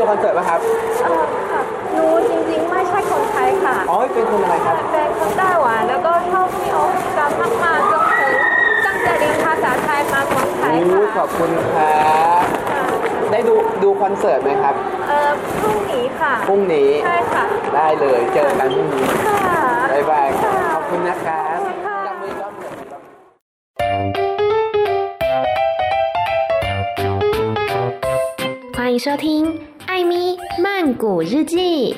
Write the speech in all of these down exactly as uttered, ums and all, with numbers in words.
คอนเสิร์ตป่ะครับเออค่ะหนูจริงๆไม่ใช่คนไทยค่ะอ๋อเป็นคนอะไรครับเป็นคนไต้หวันแล้วก็ชอบพี่โอ๊คกันมากๆจนถึงตั้งใจเรียนภาษาไทยมาเมืองไทยค่ะขอบคุณครับได้ดูดูคอนเสิร์ตไหมครับเออพรุ่งนี้ค่ะพรุ่งนี้ใช่ค่ะได้เลยเจอกันพรุ่งนี้ค่ะบ๊ายบายขอบคุณนะครับจับมือรอบหนึ่ง欢迎收听艾咪曼谷日记。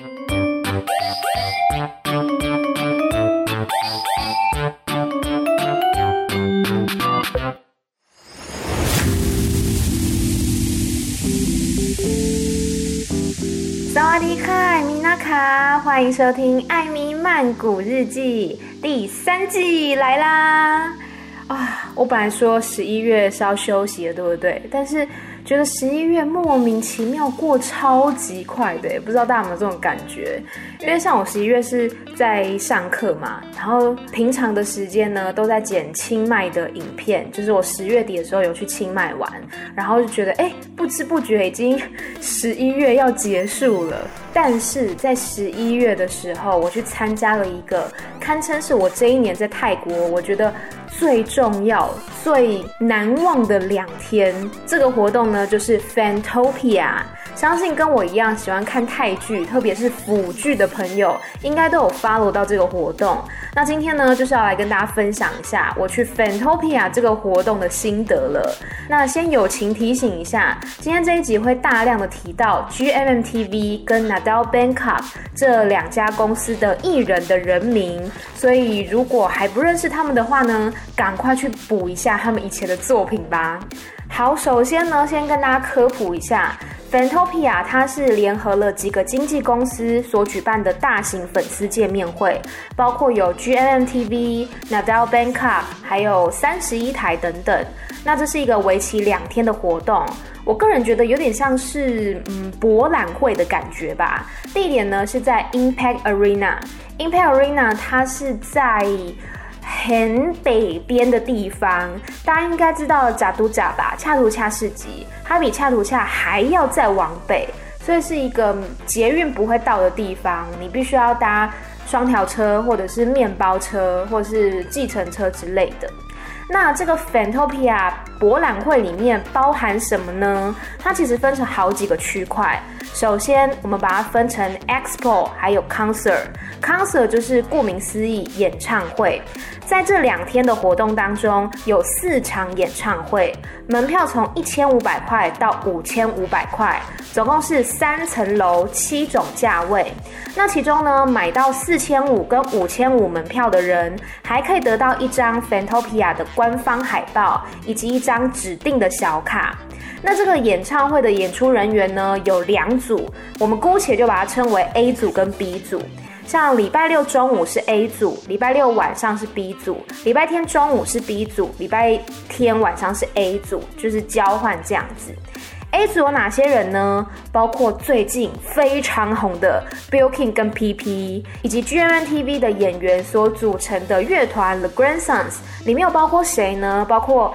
สวัสดีค่ะ米娜卡，欢迎收听艾咪曼谷日记第三季来啦！啊，我本来说十一月是要休息的，对不对？但是觉得十一月莫名其妙过超级快的，不知道大家有没有这种感觉？因为像我十一月是在上课嘛，然后平常的时间呢都在剪清迈的影片，就是我十月底的时候有去清迈玩，然后就觉得哎，不知不觉已经十一月要结束了。但是在十一月的时候，我去参加了一个堪称是我这一年在泰国我觉得最重要、最难忘的两天。这个活动呢，就是 Fantopia。相信跟我一样喜欢看泰剧，特别是腐剧的朋友，应该都有 follow 到这个活动。那今天呢，就是要来跟大家分享一下我去 Fantopia 这个活动的心得了。那先友情提醒一下，今天这一集会大量的提到 G M M T V 跟 Nadao Bangkok 这两家公司的艺人的人名，所以如果还不认识他们的话呢，赶快去补一下他们以前的作品吧。好，首先呢，先跟大家科普一下。Fantopia 它是联合了几个经纪公司所举办的大型粉丝见面会，包括有 G M M T V、Nadao Bangkok， 还有三十一台等等。那这是一个为期两天的活动，我个人觉得有点像是嗯博览会的感觉吧。地点呢是在 Impact Arena。Impact Arena 它是在很北边的地方，大家应该知道假都假吧，恰图恰市集，它比恰图恰还要再往北，所以是一个捷运不会到的地方，你必须要搭双条车或者是面包车或者是计程车之类的。那这个 Fantopia 博览会里面包含什么呢？它其实分成好几个区块。首先我们把它分成 Expo 还有 Concert。Concert 就是顾名思义演唱会，在这两天的活动当中有四场演唱会，门票从一千五百块到五千五百块，总共是三层楼七种价位。那其中呢，买到四千五跟五千五门票的人还可以得到一张 Fantopia 的官方海报以及一张指定的小卡。那这个演唱会的演出人员呢有两组，我们姑且就把它称为 A 组跟 B 组。像礼拜六中午是 A 组，礼拜六晚上是 B 组，礼拜天中午是 B 组，礼拜天晚上是 A 组，就是交换这样子。A 组有哪些人呢？包括最近非常红的 Billkin 跟 P P， 以及 G M M T V 的演员所组成的乐团 The Grandsons， 里面有包括谁呢？包括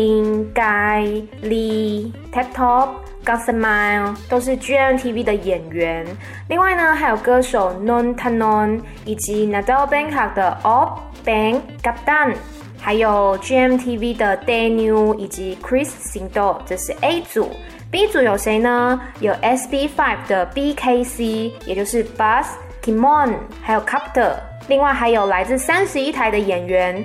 Sing、Guy、Lee、Tap Top、Gossip 都是 G M M T V 的演员。另外呢，还有歌手 Non Tanon 以及 Nadao Bangkok 的 Op Bang Kaptan， 还有 G M M T V 的 Daniel 以及 Chris Sindo， 这是 A 组。B 组有谁呢？有 S B 五 的 B K C， 也就是 Buzz、Kimon， 还有 Copter。另外还有来自三十一台的演员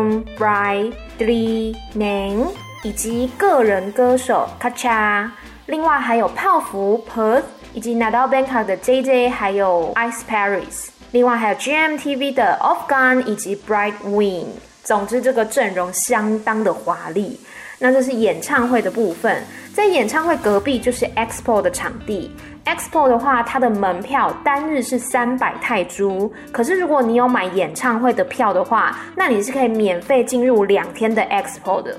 Film、Bright、Lee、Nang， 以及个人歌手 Kacha。另外还有泡芙 Perth， 以及 Nadao Bangkok 的 J J， 还有 Ice Paris。另外还有 G M M T V 的 Offgun 以及 Bright Wing。总之这个阵容相当的华丽。那这是演唱会的部分，在演唱会隔壁就是 Expo 的场地。Expo 的话，它的门票单日是三百泰铢，可是如果你有买演唱会的票的话，那你是可以免费进入两天的 Expo 的。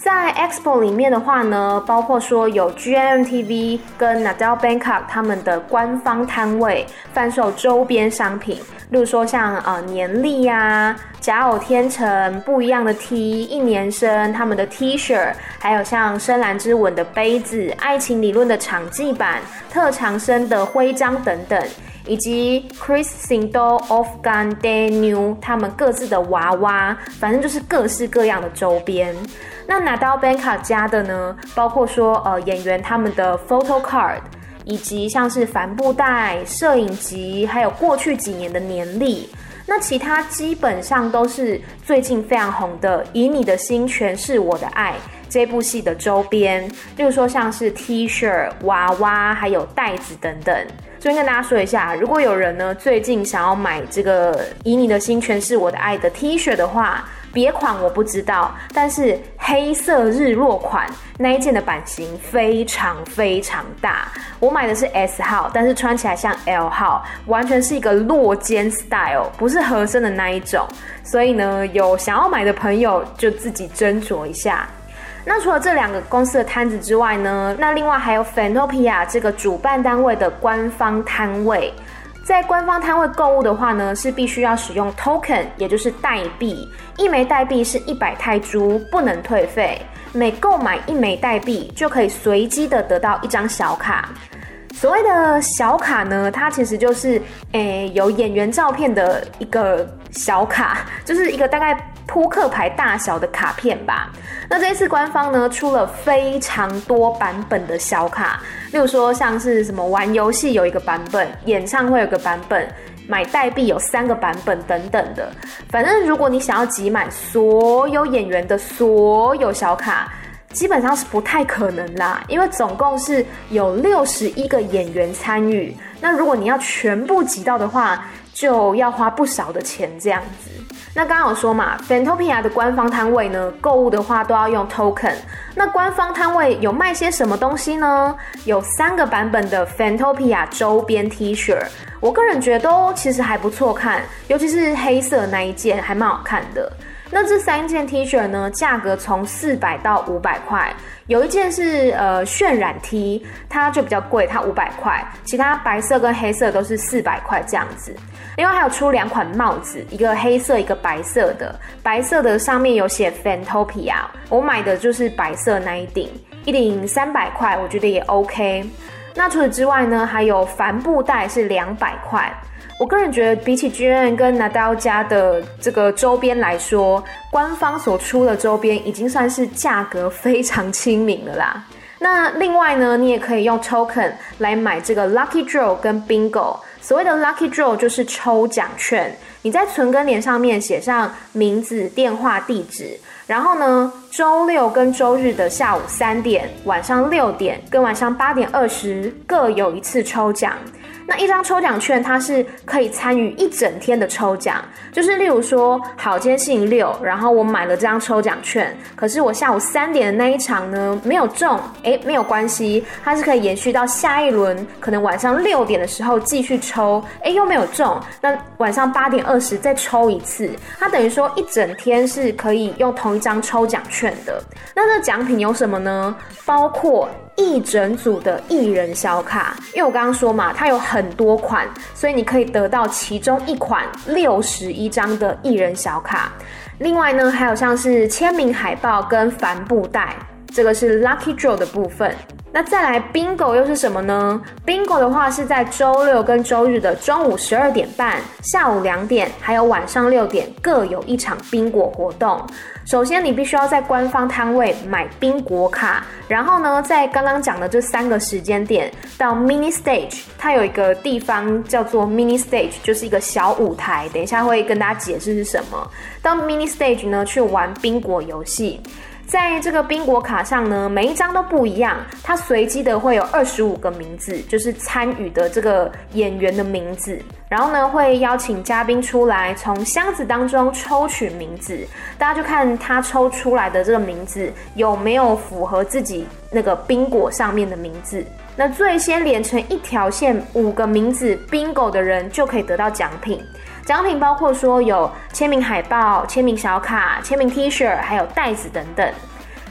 在 Expo 里面的话呢，包括说有 G M M T V 跟 Nadal Bangkok 他们的官方摊位贩售周边商品，例如说像呃年历啊、假偶天成、不一样的 T、一年生他们的 T 恤，还有像深蓝之吻的杯子、爱情理论的场记版、特长生的徽章等等。以及 Chris Sindo、Ofgan Daniel 他们各自的娃娃，反正就是各式各样的周边。那 Nadal Bangkok 家的呢，包括说呃演员他们的 photo card， 以及像是帆布袋、摄影集，还有过去几年的年历。那其他基本上都是最近非常红的《以你的心诠释我的爱》这部戏的周边，例如说像是 T 恤、娃娃，还有袋子等等。这边跟大家说一下，如果有人呢最近想要买这个《以你的心诠释我的爱》的 T 恤的话，别款我不知道，但是黑色日落款那一件的版型非常非常大，我买的是 S 号，但是穿起来像 L 号，完全是一个落肩 style， 不是合身的那一种，所以呢，有想要买的朋友就自己斟酌一下。那除了这两个公司的摊子之外呢，那另外还有 Fantopia 这个主办单位的官方摊位。在官方摊位购物的话呢，是必须要使用 token， 也就是代币，一枚代币是一百泰铢，不能退费。每购买一枚代币，就可以随机的得到一张小卡。所谓的小卡呢，它其实就是诶有演员照片的一个小卡，就是一个大概扑克牌大小的卡片吧。那这一次官方呢出了非常多版本的小卡，例如说像是什么玩游戏有一个版本，演唱会有个版本，买代币有三个版本等等的。反正如果你想要集满所有演员的所有小卡，基本上是不太可能啦，因为总共是有六十一个演员参与，那如果你要全部集到的话，就要花不少的钱这样子。那刚刚有说嘛 Fantopia 的官方摊位呢，购物的话都要用 token。那官方摊位有卖些什么东西呢？有三个版本的 Fantopia 周边 T 恤，我个人觉得都其实还不错看，尤其是黑色那一件还蛮好看的。那这三件 T 恤呢，价格从四百到五百块，有一件是呃渲染 T， 它就比较贵，它五百块，其他白色跟黑色都是四百块这样子。另外还有出两款帽子，一个黑色一个白色的，白色的上面有写 Fantopia， 我买的就是白色那一顶，一顶三百块，我觉得也 OK。那除此之外呢，还有帆布袋是两百块。我个人觉得比起 G M 跟 Nadal 家的这个周边来说，官方所出的周边已经算是价格非常亲民了啦。那另外呢，你也可以用 token 来买这个 Lucky Draw 跟 Bingo。所谓的 Lucky Draw 就是抽奖券，你在存根联上面写上名字、电话、地址，然后呢，周六跟周日的下午三点、晚上六点跟晚上八点二十各有一次抽奖。那一张抽奖券它是可以参与一整天的抽奖，就是例如说好今天星期六，然后我买了这张抽奖券，可是我下午三点的那一场呢没有中，诶没有关系，它是可以延续到下一轮，可能晚上六点的时候继续抽，诶又没有中，那晚上八点二十再抽一次，它等于说一整天是可以用同一张抽奖券的。那这奖品有什么呢？包括一整组的艺人小卡，因为我刚刚说嘛，它有很多款，所以你可以得到其中一款六十一张的艺人小卡。另外呢，还有像是签名海报跟帆布袋，这个是 Lucky Draw 的部分。那再来 Bingo 又是什么呢？ Bingo 的话是在周六跟周日的中午十二点半、下午两点还有晚上六点各有一场宾果活动。首先你必须要在官方摊位买宾果卡，然后呢在刚刚讲的这三个时间点到 Mini Stage， 它有一个地方叫做 Mini Stage， 就是一个小舞台，等一下会跟大家解释是什么。到 Mini Stage 呢去玩宾果游戏。在这个宾果卡上呢，每一张都不一样，它随机的会有二十五个名字，就是参与的这个演员的名字。然后呢，会邀请嘉宾出来，从箱子当中抽取名字，大家就看他抽出来的这个名字有没有符合自己那个宾果上面的名字。那最先连成一条线五个名字 bingo 的人就可以得到奖品。奖品包括说有签名海报、签名小卡、签名 T 恤，还有袋子等等。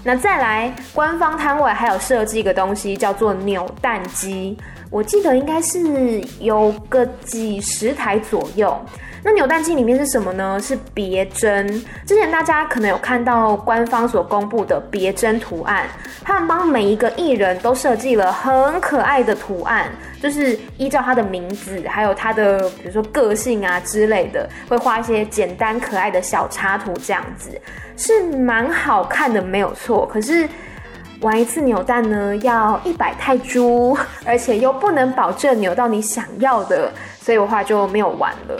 那再来，官方摊位还有设计一个东西叫做扭蛋机，我记得应该是有个几十台左右。那扭蛋机里面是什么呢？是别针。之前大家可能有看到官方所公布的别针图案，他们帮每一个艺人都设计了很可爱的图案，就是依照他的名字，还有他的比如说个性啊之类的，会画一些简单可爱的小插图，这样子是蛮好看的，没有错。可是玩一次扭蛋呢，要一百泰铢，而且又不能保证扭到你想要的，所以我后来就没有玩了。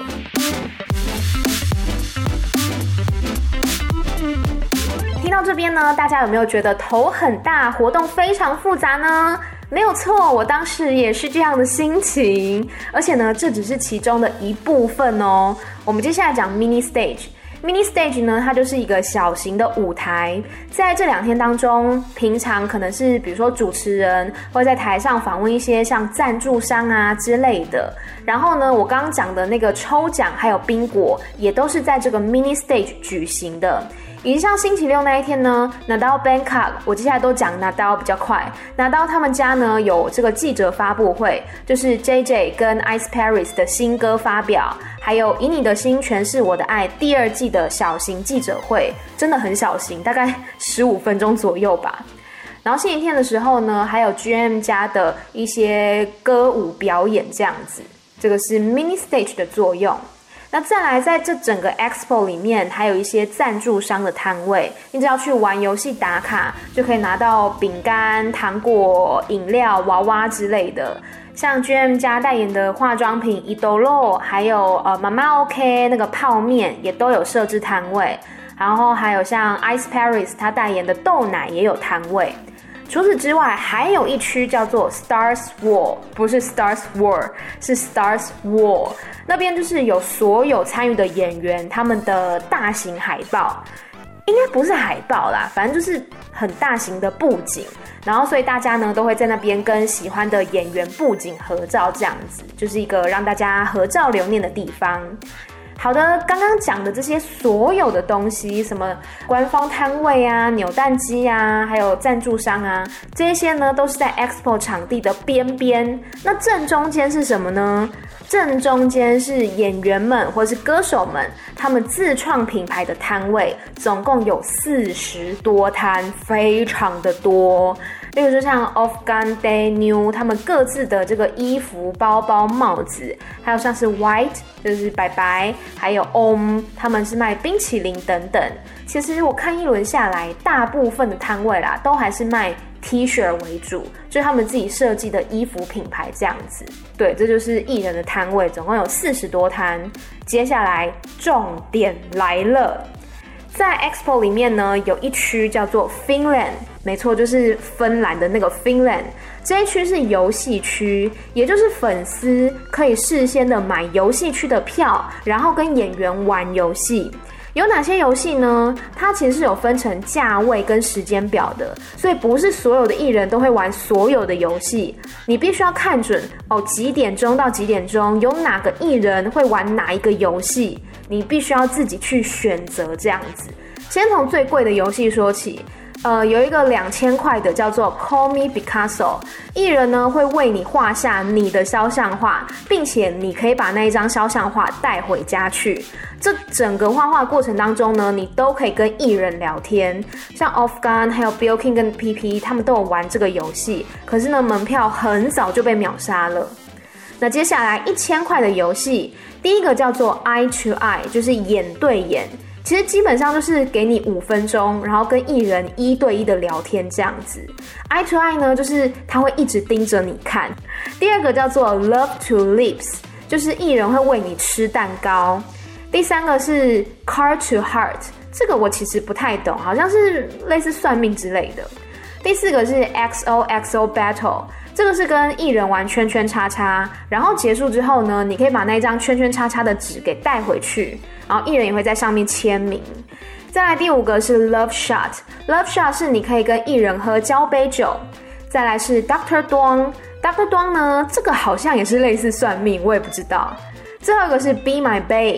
听到这边呢，大家有没有觉得头很大，活动非常复杂呢？没有错，我当时也是这样的心情。而且呢，这只是其中的一部分哦。我们接下来讲 mini stage。mini stage 呢，它就是一个小型的舞台，在这两天当中，平常可能是比如说主持人会在台上访问一些像赞助商啊之类的，然后呢，我刚刚讲的那个抽奖还有宾果，也都是在这个 mini stage 举行的。以及像星期六那一天呢，拿到 Bangkok， 我接下来都讲拿到比较快。拿到他们家呢有这个记者发布会，就是 J J 跟 Ice Paris 的新歌发表，还有以你的心诠释我的爱第二季的小型记者会，真的很小型，大概十五分钟左右吧。然后星期天的时候呢，还有 G M 家的一些歌舞表演这样子，这个是 mini stage 的作用。那再来，在这整个 Expo 里面，还有一些赞助商的摊位，你只要去玩游戏打卡，就可以拿到饼干、糖果、饮料、娃娃之类的。像 G M 家代言的化妆品 Idolo， 还有呃妈妈 OK 那个泡面也都有设置摊位，然后还有像 Ice Paris 他代言的豆奶也有摊位。除此之外，还有一区叫做 Stars Wall， 不是 Stars War， 是 Stars Wall。那边就是有所有参与的演员他们的大型海报，应该不是海报啦，反正就是很大型的布景。然后所以大家呢都会在那边跟喜欢的演员布景合照，这样子就是一个让大家合照留念的地方。好的，刚刚讲的这些所有的东西，什么官方摊位啊、扭蛋机啊，还有赞助商啊，这些呢都是在 Expo 场地的边边。那正中间是什么呢？正中间是演员们或是歌手们他们自创品牌的摊位，总共有四十多摊，非常的多。例如说像 Afghan Day New 他们各自的这个衣服、包包、帽子，还有像是 White 就是白白，还有 Om 他们是卖冰淇淋等等。其实我看一轮下来，大部分的摊位啦都还是卖 T 恤为主，就是他们自己设计的衣服品牌这样子。对，这就是艺人的摊位，总共有四十多摊。接下来重点来了。在 Expo 里面呢，有一区叫做 Finland， 没错，就是芬兰的那个 Finland。这一区是游戏区，也就是粉丝可以事先的买游戏区的票，然后跟演员玩游戏。有哪些游戏呢？它其实是有分成价位跟时间表的，所以不是所有的艺人都会玩所有的游戏。你必须要看准哦，几点钟到几点钟有哪个艺人会玩哪一个游戏，你必须要自己去选择这样子。先从最贵的游戏说起。呃，有一个两千块的叫做 Call Me Picasso， 艺人呢会为你画下你的肖像画，并且你可以把那一张肖像画带回家去。这整个画画过程当中呢，你都可以跟艺人聊天，像 Afghan 还有 Billkin 跟 P P 他们都有玩这个游戏，可是呢门票很早就被秒杀了。那接下来一千块的游戏，第一个叫做 Eye to Eye， 就是眼对眼。其实基本上就是给你五分钟，然后跟艺人一对一的聊天这样子。Eye to Eye 呢，就是他会一直盯着你看。第二个叫做 Love to Lips， 就是艺人会喂你吃蛋糕。第三个是 Card to Heart， 这个我其实不太懂，好像是类似算命之类的。第四个是 X O X O Battle， 这个是跟艺人玩圈圈叉叉，然后结束之后呢，你可以把那一张圈圈叉叉的纸给带回去。然后艺人也会在上面签名。再来第五个是 Love Shot，Love Shot 是你可以跟艺人喝交杯酒。再来是 Doctor Duong，Doctor Duong 呢，这个好像也是类似算命，我也不知道。最后一个是 Be My Babe，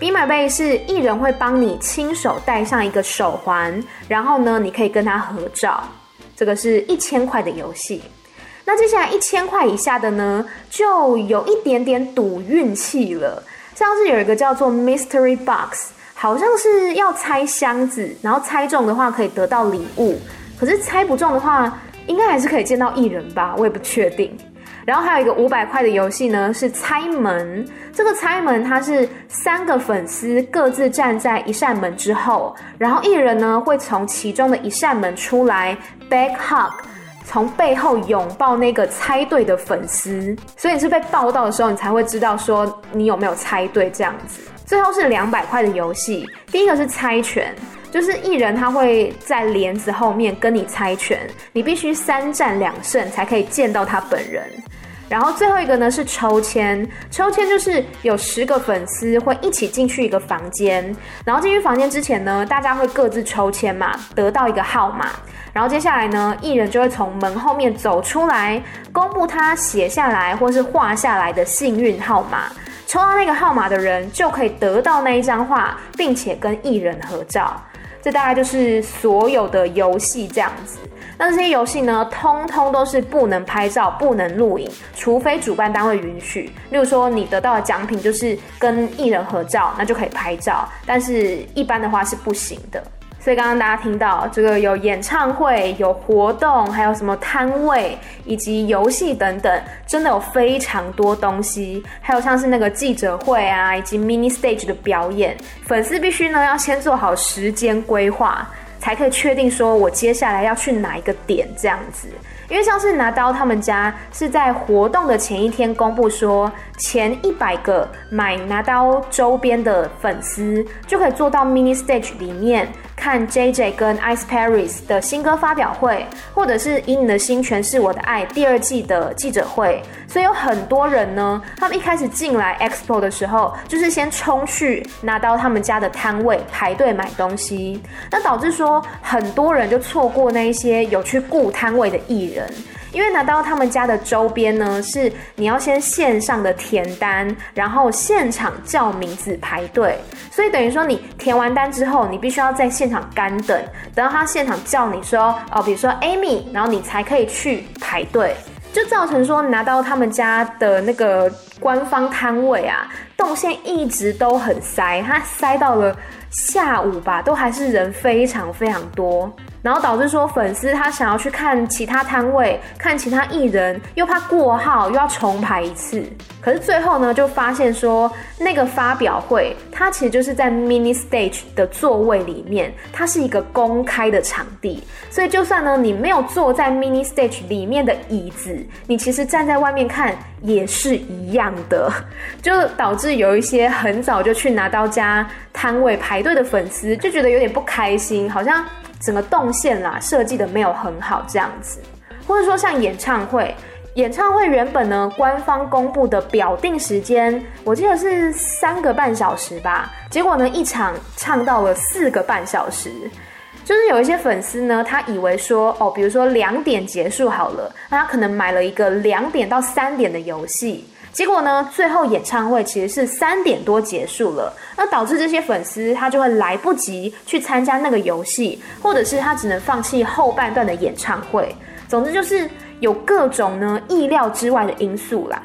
Be My Bae 是艺人会帮你亲手戴上一个手环，然后呢，你可以跟他合照。这个是一千块的游戏。那接下来一千块以下的呢，就有一点点赌运气了。像是有一个叫做 Mystery Box， 好像是要猜箱子，然后猜中的话可以得到礼物，可是猜不中的话，应该还是可以见到艺人吧，我也不确定。然后还有一个五百块的游戏呢，是猜门。这个猜门它是三个粉丝各自站在一扇门之后，然后艺人呢会从其中的一扇门出来 back hug， 从背后拥抱那个猜对的粉丝，所以你是被抱到的时候，你才会知道说你有没有猜对这样子。最后是两百块的游戏，第一个是猜拳。就是艺人他会在帘子后面跟你猜拳，你必须三战两胜才可以见到他本人。然后最后一个呢是抽签，抽签就是有十个粉丝会一起进去一个房间，然后进去房间之前呢，大家会各自抽签嘛，得到一个号码，然后接下来呢，艺人就会从门后面走出来，公布他写下来或是画下来的幸运号码。抽到那个号码的人就可以得到那一张画，并且跟艺人合照。这大概就是所有的游戏这样子。那这些游戏呢，通通都是不能拍照、不能录影，除非主办单位允许。例如说，你得到的奖品就是跟艺人合照，那就可以拍照，但是一般的话是不行的。所以刚刚大家听到这个有演唱会、有活动，还有什么摊位以及游戏等等，真的有非常多东西。还有像是那个记者会啊，以及 mini stage 的表演，粉丝必须呢要先做好时间规划，才可以确定说我接下来要去哪一个点这样子。因为像是拿刀他们家是在活动的前一天公布说，前一百个买拿刀周边的粉丝就可以坐到 mini stage 里面看 J J 跟 Ice Paris 的新歌发表会，或者是以你的心诠释我的爱第二季的记者会。所以有很多人呢，他们一开始进来 Expo 的时候，就是先冲去拿刀他们家的摊位排队买东西，那导致说很多人就错过那一些有去顾摊位的艺人。因为拿到他们家的周边呢，是你要先线上的填单，然后现场叫名字排队，所以等于说你填完单之后，你必须要在现场干等，等到他现场叫你说哦，比如说 Amy， 然后你才可以去排队，就造成说拿到他们家的那个官方摊位啊，动线一直都很塞，它塞到了下午吧，都还是人非常非常多。然后导致说粉丝他想要去看其他摊位，看其他艺人，又怕过号，又要重排一次。可是最后呢，就发现说那个发表会，它其实就是在 mini stage 的座位里面，它是一个公开的场地，所以就算呢你没有坐在 mini stage 里面的椅子，你其实站在外面看也是一样的，就导致有一些很早就去拿到家摊位排队的粉丝就觉得有点不开心，好像整个动线啦设计的没有很好这样子。或者说像演唱会，演唱会原本呢官方公布的表定时间，我记得是三个半小时吧，结果呢一场唱到了四个半小时。就是有一些粉丝呢，他以为说哦，比如说两点结束好了，那他可能买了一个两点到三点的游戏，结果呢最后演唱会其实是三点多结束了，那导致这些粉丝他就会来不及去参加那个游戏，或者是他只能放弃后半段的演唱会。总之就是有各种呢意料之外的因素啦。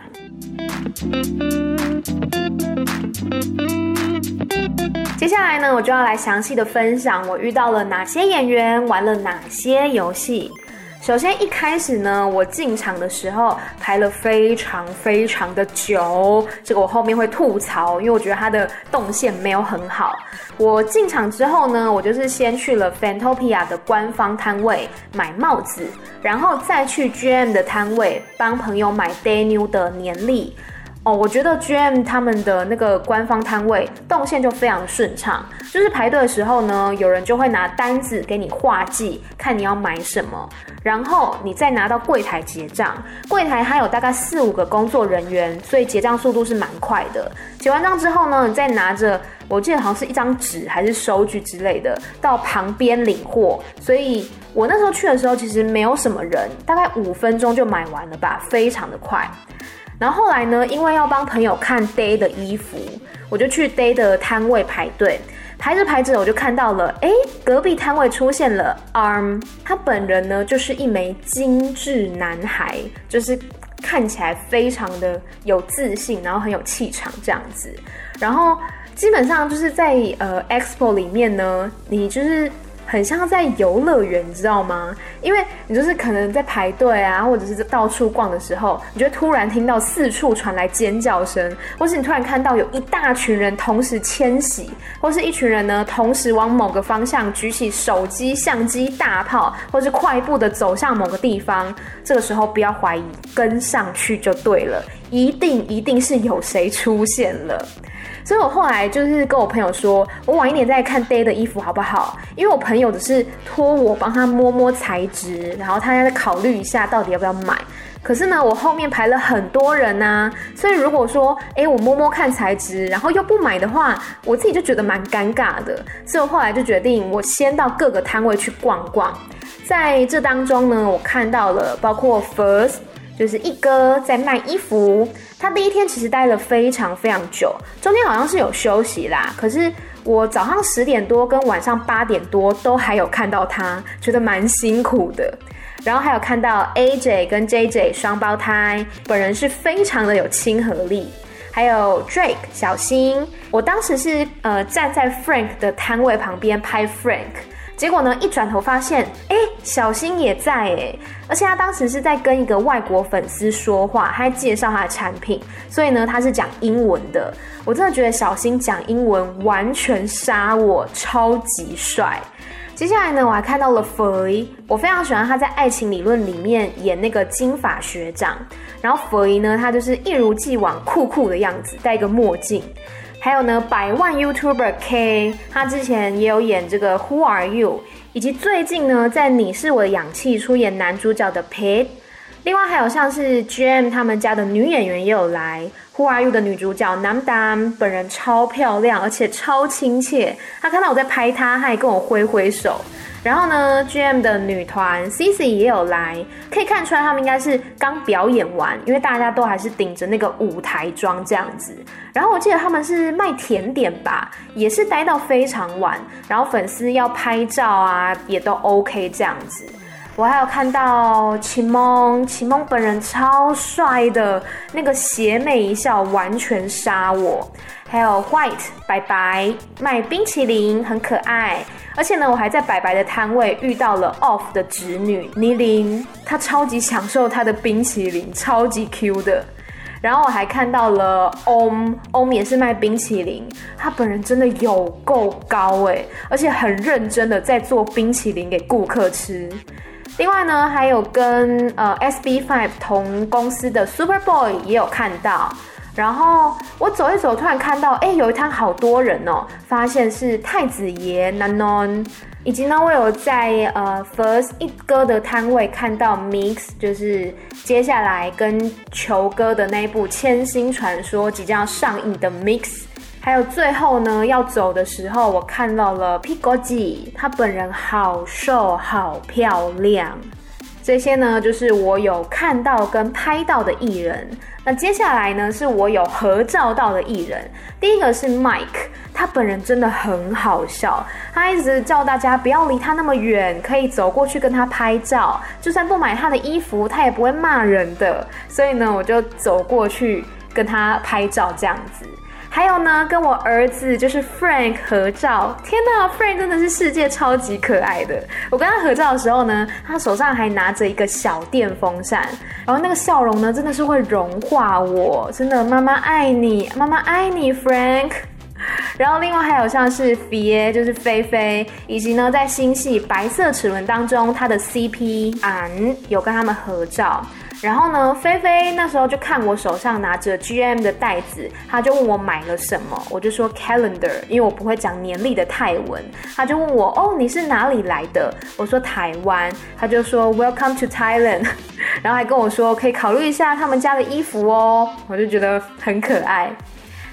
接下来呢，我就要来详细的分享我遇到了哪些演员，玩了哪些游戏。首先一开始呢，我进场的时候排了非常非常的久，这个我后面会吐槽，因为我觉得它的动线没有很好。我进场之后呢，我就是先去了 Fantopia 的官方摊位买帽子，然后再去 G M 的摊位帮朋友买 Daniel 的年历。哦，我觉得 G M 他们的那个官方摊位动线就非常的顺畅，就是排队的时候呢，有人就会拿单子给你画记，看你要买什么，然后你再拿到柜台结账。柜台还有大概四五个工作人员，所以结账速度是蛮快的。结完账之后呢，你再拿着，我记得好像是一张纸还是收据之类的，到旁边领货。所以我那时候去的时候其实没有什么人，大概五分钟就买完了吧，非常的快。 然后后来呢，因为要帮朋友看 Day 的衣服，我就去 Day 的摊位排队。排着排着，我就看到了，哎，隔壁摊位出现了 Arm， 他本人呢就是一枚精致男孩，就是看起来非常的有自信，然后很有气场这样子。然后基本上就是在呃 Expo 里面呢，你就是很像在游乐园，你知道吗？因为你就是可能在排队啊，或者是到处逛的时候，你就会突然听到四处传来尖叫声，或是你突然看到有一大群人同时迁徙，或是一群人呢同时往某个方向举起手机、相机、大炮，或是快步的走向某个地方。这个时候不要怀疑，跟上去就对了，一定一定是有谁出现了。所以我后来就是跟我朋友说，我晚一点再看 Day 的衣服好不好？因为我朋友只是托我帮他摸摸材质，然后他再考虑一下到底要不要买。可是呢，我后面排了很多人啊，所以如果说，哎，我摸摸看材质，然后又不买的话，我自己就觉得蛮尴尬的。所以我后来就决定，我先到各个摊位去逛逛。在这当中呢，我看到了包括 First。就是一哥在卖衣服，他第一天其实待了非常非常久，中间好像是有休息啦，可是我早上十点多跟晚上八点多都还有看到他，觉得蛮辛苦的。然后还有看到 A J 跟 J J 双胞胎，本人是非常的有亲和力。还有 Drake 小新，我当时是呃站在 Frank 的摊位旁边拍 Frank。结果呢，一转头发现，哎，小新也在哎，而且他当时是在跟一个外国粉丝说话，他在介绍他的产品，所以呢，他是讲英文的。我真的觉得小新讲英文完全杀我，超级帅。接下来呢，我还看到了 Fei， 我非常喜欢他在《爱情理论》里面演那个金发学长，然后 Fei 呢，他就是一如既往酷酷的样子，戴一个墨镜。还有呢，百万 YouTuber K， 他之前也有演这个 Who Are You， 以及最近呢，在你是我的氧气出演男主角的 Pete。另外还有像是 G M 他们家的女演员也有来 ，Who Are You 的女主角 Namdam 本人超漂亮，而且超亲切。她看到我在拍她，她也跟我挥挥手。然后呢 ，G M 的女团 Cici 也有来，可以看出来他们应该是刚表演完，因为大家都还是顶着那个舞台装这样子。然后我记得他们是卖甜点吧，也是待到非常晚，然后粉丝要拍照啊，也都 OK 这样子。我还有看到启蒙，启蒙本人超帅的，那个邪魅一笑完全杀我。还有 White 白白卖冰淇淋很可爱，而且呢，我还在白白的摊位遇到了 Off 的侄女妮琳，她超级享受她的冰淇淋，超级 Q 的。然后我还看到了 Om， Om 也是卖冰淇淋，他本人真的有够高哎，而且很认真的在做冰淇淋给顾客吃。另外呢，还有跟呃 S B 五 同公司的 Superboy 也有看到。然后我走一走，突然看到，哎，有一摊好多人哦，发现是太子爷 Nanon， 以及呢，我有在呃 First 一哥的摊位看到 Mix， 就是接下来跟球哥的那一部《千星传说》即将要上映的 Mix。还有最后呢，要走的时候，我看到了 Pigoji， 他本人好瘦，好漂亮。这些呢，就是我有看到跟拍到的艺人。那接下来呢，是我有合照到的艺人。第一个是 Mike， 他本人真的很好笑，他一直叫大家不要离他那么远，可以走过去跟他拍照，就算不买他的衣服，他也不会骂人的。所以呢，我就走过去跟他拍照这样子。还有呢，跟我儿子就是 Frank 合照，天哪 ，Frank 真的是世界超级可爱的。我跟他合照的时候呢，他手上还拿着一个小电风扇，然后那个笑容呢，真的是会融化我，真的，妈妈爱你，妈妈爱你 ，Frank。然后另外还有像是 Fie， 就是菲菲，以及呢在新戏《白色齿轮》当中，他的 C P 安有跟他们合照。然后呢，菲菲那时候就看我手上拿着 G M 的袋子，他就问我买了什么，我就说 calendar， 因为我不会讲年历的泰文，他就问我哦你是哪里来的，我说台湾，他就说 Welcome to Thailand， 然后还跟我说可以考虑一下他们家的衣服哦，我就觉得很可爱。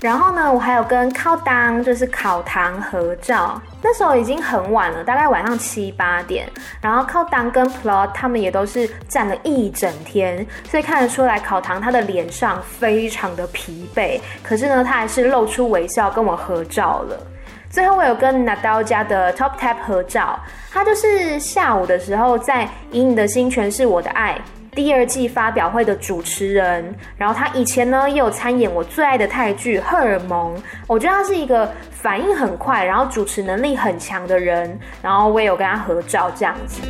然后呢，我还有跟靠当就是考堂合照，那时候已经很晚了，大概晚上七八点。然后靠当跟 Plot 他们也都是站了一整天，所以看得出来考堂他的脸上非常的疲惫，可是呢，他还是露出微笑跟我合照了。最后我有跟 Nadal 家的 Top Tap 合照，他就是下午的时候在《以你的心诠释我的爱》第二季发表会的主持人，然后他以前呢也有参演我最爱的泰剧《荷尔蒙》，我觉得他是一个反应很快，然后主持能力很强的人，然后我也有跟他合照这样子。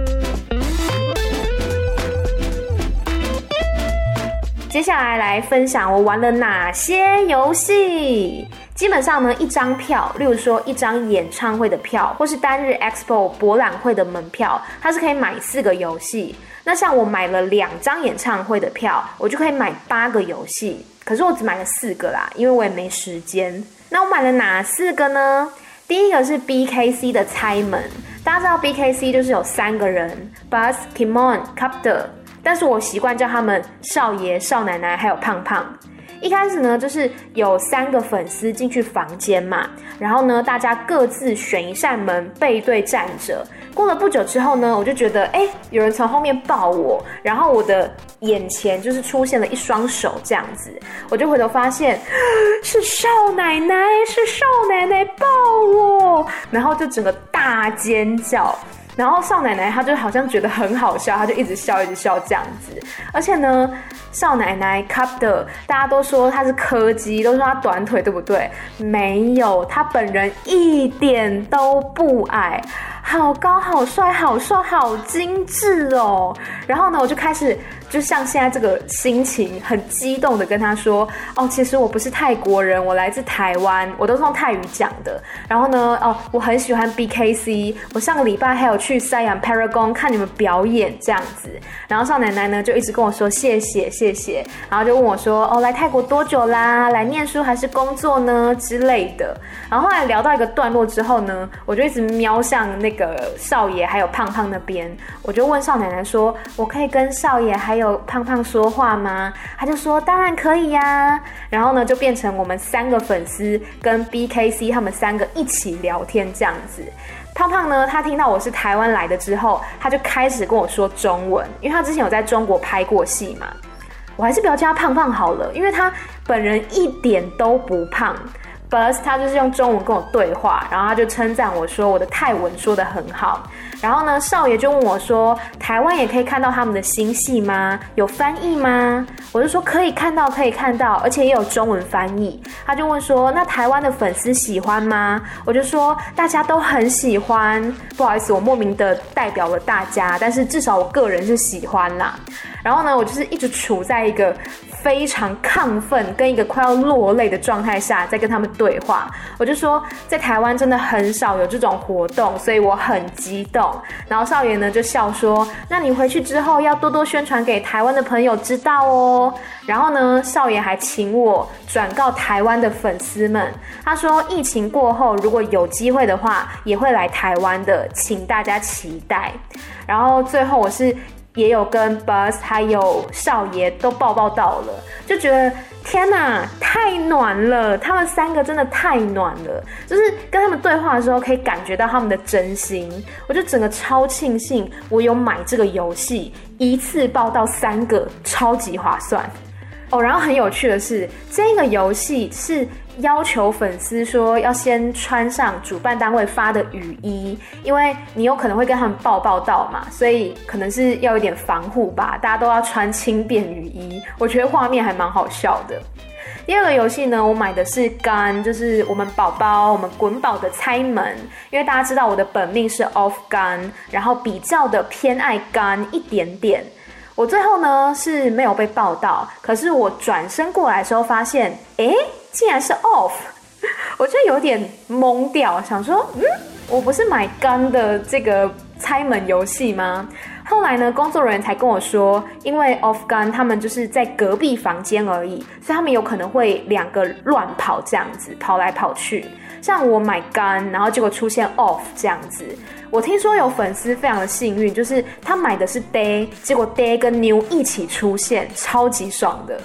接下来来分享我玩了哪些游戏。基本上呢，一张票，例如说一张演唱会的票，或是单日 Expo 博览会的门票，它是可以买四个游戏。那像我买了两张演唱会的票，我就可以买八个游戏。可是我只买了四个啦，因为我也没时间。那我买了哪四个呢？第一个是 B K C 的猜门，大家知道 B K C 就是有三个人 ，Buzz、Kimon、Copter， 但是我习惯叫他们少爷、少奶奶还有胖胖。一开始呢，就是有三个粉丝进去房间嘛，然后呢，大家各自选一扇门，背对站着。过了不久之后呢，我就觉得，哎，有人从后面抱我，然后我的眼前就是出现了一双手这样子，我就回头发现是少奶奶，是少奶奶抱我，然后就整个大尖叫。然后少奶奶她就好像觉得很好笑，她就一直笑一直笑这样子。而且呢，少奶奶 Cup 的大家都说她是柯基，都说她短腿，对不对？没有，她本人一点都不矮，好高好帅好瘦好精致哦。然后呢，我就开始就像现在这个心情很激动的跟她说，哦，其实我不是泰国人，我来自台湾，我都是用泰语讲的。然后呢，哦，我很喜欢 B K C， 我上个礼拜还有去 Siam Paragon 看你们表演这样子。然后少奶奶呢就一直跟我说谢谢谢谢，然后就问我说，哦，来泰国多久啦？来念书还是工作呢之类的。然后后来聊到一个段落之后呢，我就一直瞄向那个少爷还有胖胖那边，我就问少奶奶说，我可以跟少爷还有胖胖说话吗？他就说当然可以呀。然后呢就变成我们三个粉丝跟 B K C 他们三个一起聊天这样子。胖胖呢，他听到我是台湾来的之后，他就开始跟我说中文，因为他之前有在中国拍过戏嘛。我还是不要叫他胖胖好了，因为他本人一点都不胖。Buzz 他就是用中文跟我对话，然后他就称赞我说我的泰文说得很好。然后呢，少爷就问我说，台湾也可以看到他们的新戏吗？有翻译吗？我就说可以看到可以看到，而且也有中文翻译。他就问说，那台湾的粉丝喜欢吗？我就说大家都很喜欢。不好意思，我莫名的代表了大家，但是至少我个人是喜欢啦。然后呢，我就是一直处在一个非常亢奋跟一个快要落泪的状态下在跟他们对话。我就说在台湾真的很少有这种活动，所以我很激动。然后少爷呢就笑说，那你回去之后要多多宣传给台湾的朋友知道哦。然后呢，少爷还请我转告台湾的粉丝们，他说疫情过后如果有机会的话也会来台湾的，请大家期待。然后最后我是也有跟 Buzz 还有少爷都抱抱到了，就觉得天哪，太暖了，他们三个真的太暖了，就是跟他们对话的时候可以感觉到他们的真心，我就整个超庆幸我有买这个游戏，一次抱到三个，超级划算哦。然后很有趣的是，这个游戏是要求粉丝说要先穿上主办单位发的雨衣，因为你有可能会跟他们抱抱到嘛，所以可能是要有点防护吧，大家都要穿轻便雨衣，我觉得画面还蛮好笑的。第二个游戏呢，我买的是 Gun， 就是我们宝宝我们滚宝的猜门，因为大家知道我的本命是 Off Gun， 然后比较的偏爱 Gun 一点点。我最后呢是没有被抱到，可是我转身过来的时候发现，诶，竟然是 off， 我就有点懵掉，想说，嗯，我不是买 Gun 的这个猜门游戏吗？后来呢，工作人员才跟我说，因为 Off Gun 他们就是在隔壁房间而已，所以他们有可能会两个乱跑这样子，跑来跑去。像我买 Gun， 然后结果出现 Off 这样子。我听说有粉丝非常的幸运，就是他买的是 Day， 结果 Day 跟 New 一起出现，超级爽的。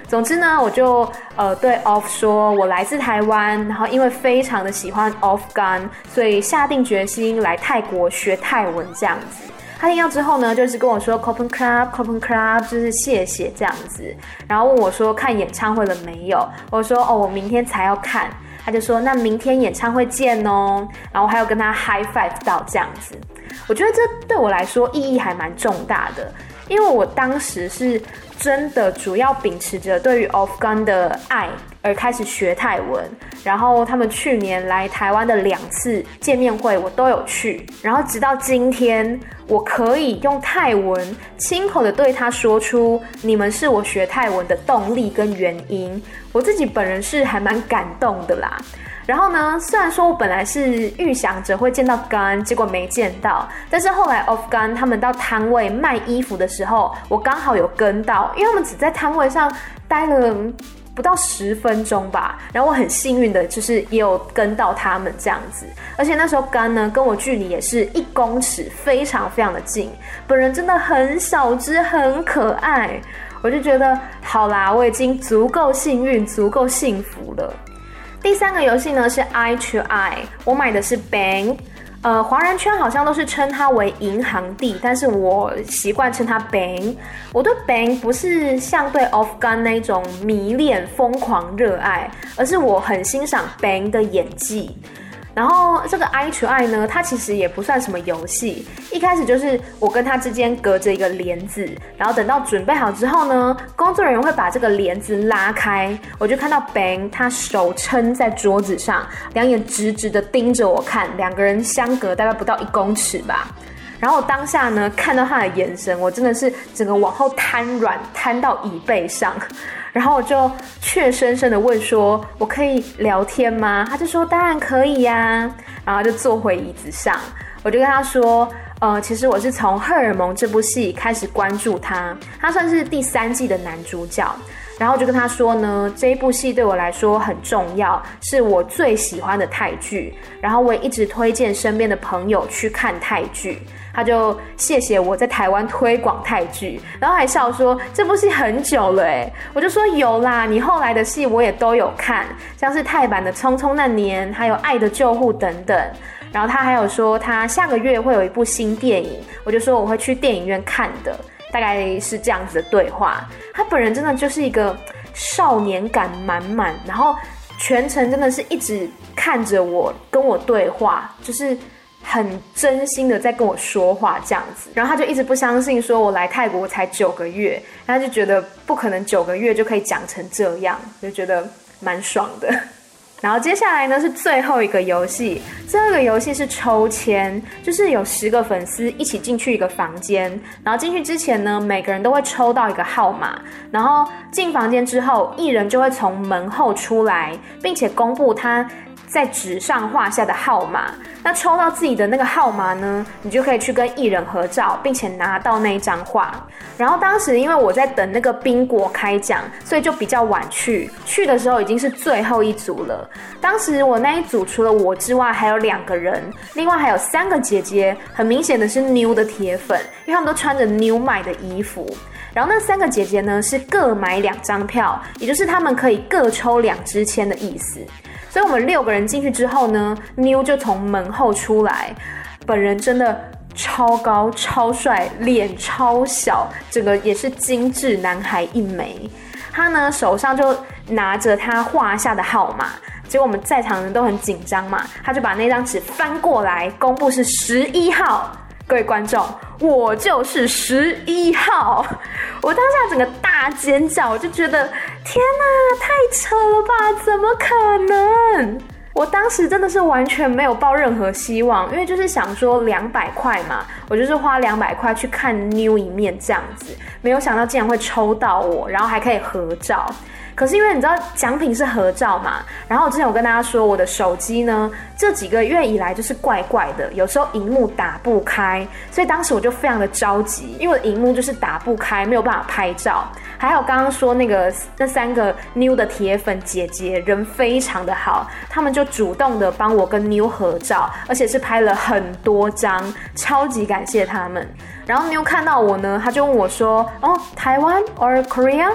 总之呢，我就呃对 Off 说，我来自台湾，然后因为非常的喜欢 Off Gun， 所以下定决心来泰国学泰文这样子。他听到之后呢，就是跟我说 Kopen Club Kopen Club， 就是谢谢这样子，然后问我说看演唱会了没有？我说哦，我明天才要看。他就说那明天演唱会见哦，然后还有跟他 high five 到这样子。我觉得这对我来说意义还蛮重大的，因为我当时是真的主要秉持着对于 Off Gun 的爱而开始学泰文，然后他们去年来台湾的两次见面会我都有去，然后直到今天我可以用泰文亲口的对他说出你们是我学泰文的动力跟原因，我自己本人是还蛮感动的啦。然后呢，虽然说我本来是预想着会见到 Gun， 结果没见到，但是后来 Off Gun 他们到摊位卖衣服的时候，我刚好有跟到，因为他们只在摊位上待了不到十分钟吧，然后我很幸运的就是也有跟到他们这样子，而且那时候Gun呢跟我距离也是一公尺，非常非常的近，本人真的很小只，很可爱，我就觉得好啦，我已经足够幸运，足够幸福了。第三个游戏呢是 Eye to Eye， 我买的是 Bang， 呃，华人圈好像都是称它为银行地，但是我习惯称它 Bang。我对 Bang 不是像对 Off Gun 那种迷恋、疯狂、热爱，而是我很欣赏 Bang 的演技。然后这个 Eye to Eye 呢，它其实也不算什么游戏，一开始就是我跟他之间隔着一个帘子，然后等到准备好之后呢，工作人员会把这个帘子拉开，我就看到 Bang 他手撑在桌子上，两眼直直的盯着我看，两个人相隔大概不到一公尺吧。然后我当下呢看到他的眼神，我真的是整个往后瘫软，瘫到椅背上，然后我就怯生生的问说我可以聊天吗？他就说当然可以呀，然后就坐回椅子上。我就跟他说呃，其实我是从《荷尔蒙》这部戏开始关注他，他算是第三季的男主角，然后就跟他说呢，这一部戏对我来说很重要，是我最喜欢的泰剧，然后我也一直推荐身边的朋友去看泰剧。他就谢谢我在台湾推广泰剧，然后还笑说这部戏很久了耶，我就说有啦，你后来的戏我也都有看，像是泰版的《匆匆那年》还有《爱的救护》等等。然后他还有说他下个月会有一部新电影，我就说我会去电影院看的，大概是这样子的对话。他本人真的就是一个少年感满满，然后全程真的是一直看着我跟我对话，就是很真心的在跟我说话这样子。然后他就一直不相信说我来泰国才九个月，他就觉得不可能九个月就可以讲成这样，就觉得蛮爽的。然后接下来呢是最后一个游戏，最后一个游戏是抽签，就是有十个粉丝一起进去一个房间，然后进去之前呢，每个人都会抽到一个号码，然后进房间之后，艺人就会从门后出来，并且公布他在纸上画下的号码。那抽到自己的那个号码呢，你就可以去跟艺人合照，并且拿到那一张画。然后当时因为我在等那个宾果开奖，所以就比较晚去，去的时候已经是最后一组了。当时我那一组除了我之外还有两个人，另外还有三个姐姐，很明显的是 New 的铁粉，因为他们都穿着 New 买的衣服。然后那三个姐姐呢是各买两张票，也就是他们可以各抽两支签的意思。所以我们六个人进去之后呢， New 就从门后出来，本人真的超高超帅，脸超小，整个也是精致男孩一枚。他呢手上就拿着他画下的号码，结果我们在场的人都很紧张嘛，他就把那张纸翻过来，公布是十一号。各位观众，我就是十一号！我当下整个大尖叫，我就觉得天哪，太扯了吧，怎么可能？我当时真的是完全没有抱任何希望，因为就是想说两百块嘛，我就是花两百块去看 New 一面这样子，没有想到竟然会抽到我，然后还可以合照。可是因为你知道奖品是合照嘛，然后我之前有跟大家说我的手机呢这几个月以来就是怪怪的，有时候萤幕打不开，所以当时我就非常的着急，因为我的萤幕就是打不开，没有办法拍照。还有刚刚说那个那三个 New 的铁粉姐姐人非常的好，他们就主动的帮我跟 New 合照，而且是拍了很多张，超级感谢他们。然后 New 看到我呢，他就问我说哦，台湾 or Korea？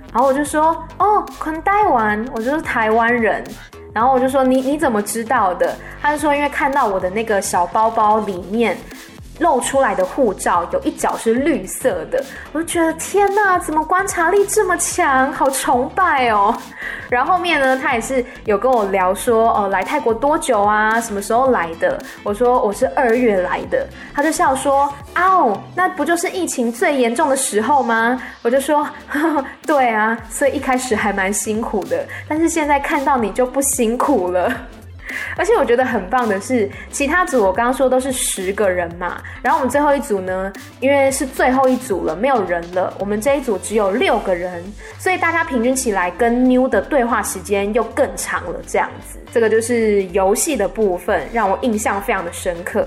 然后我就说哦，คนไต้หวัน，我就是台湾人。然后我就说你你怎么知道的？他就说因为看到我的那个小包包里面露出来的护照有一角是绿色的，我就觉得天哪，怎么观察力这么强，好崇拜哦。然后后面呢，他也是有跟我聊说，哦，来泰国多久啊？什么时候来的？我说我是二月来的，他就笑说，哦，那不就是疫情最严重的时候吗？我就说，呵呵，对啊，所以一开始还蛮辛苦的，但是现在看到你就不辛苦了。而且我觉得很棒的是，其他组我刚刚说都是十个人嘛，然后我们最后一组呢，因为是最后一组了，没有人了，我们这一组只有六个人，所以大家平均起来跟 New 的对话时间又更长了，这样子。这个就是游戏的部分，让我印象非常的深刻。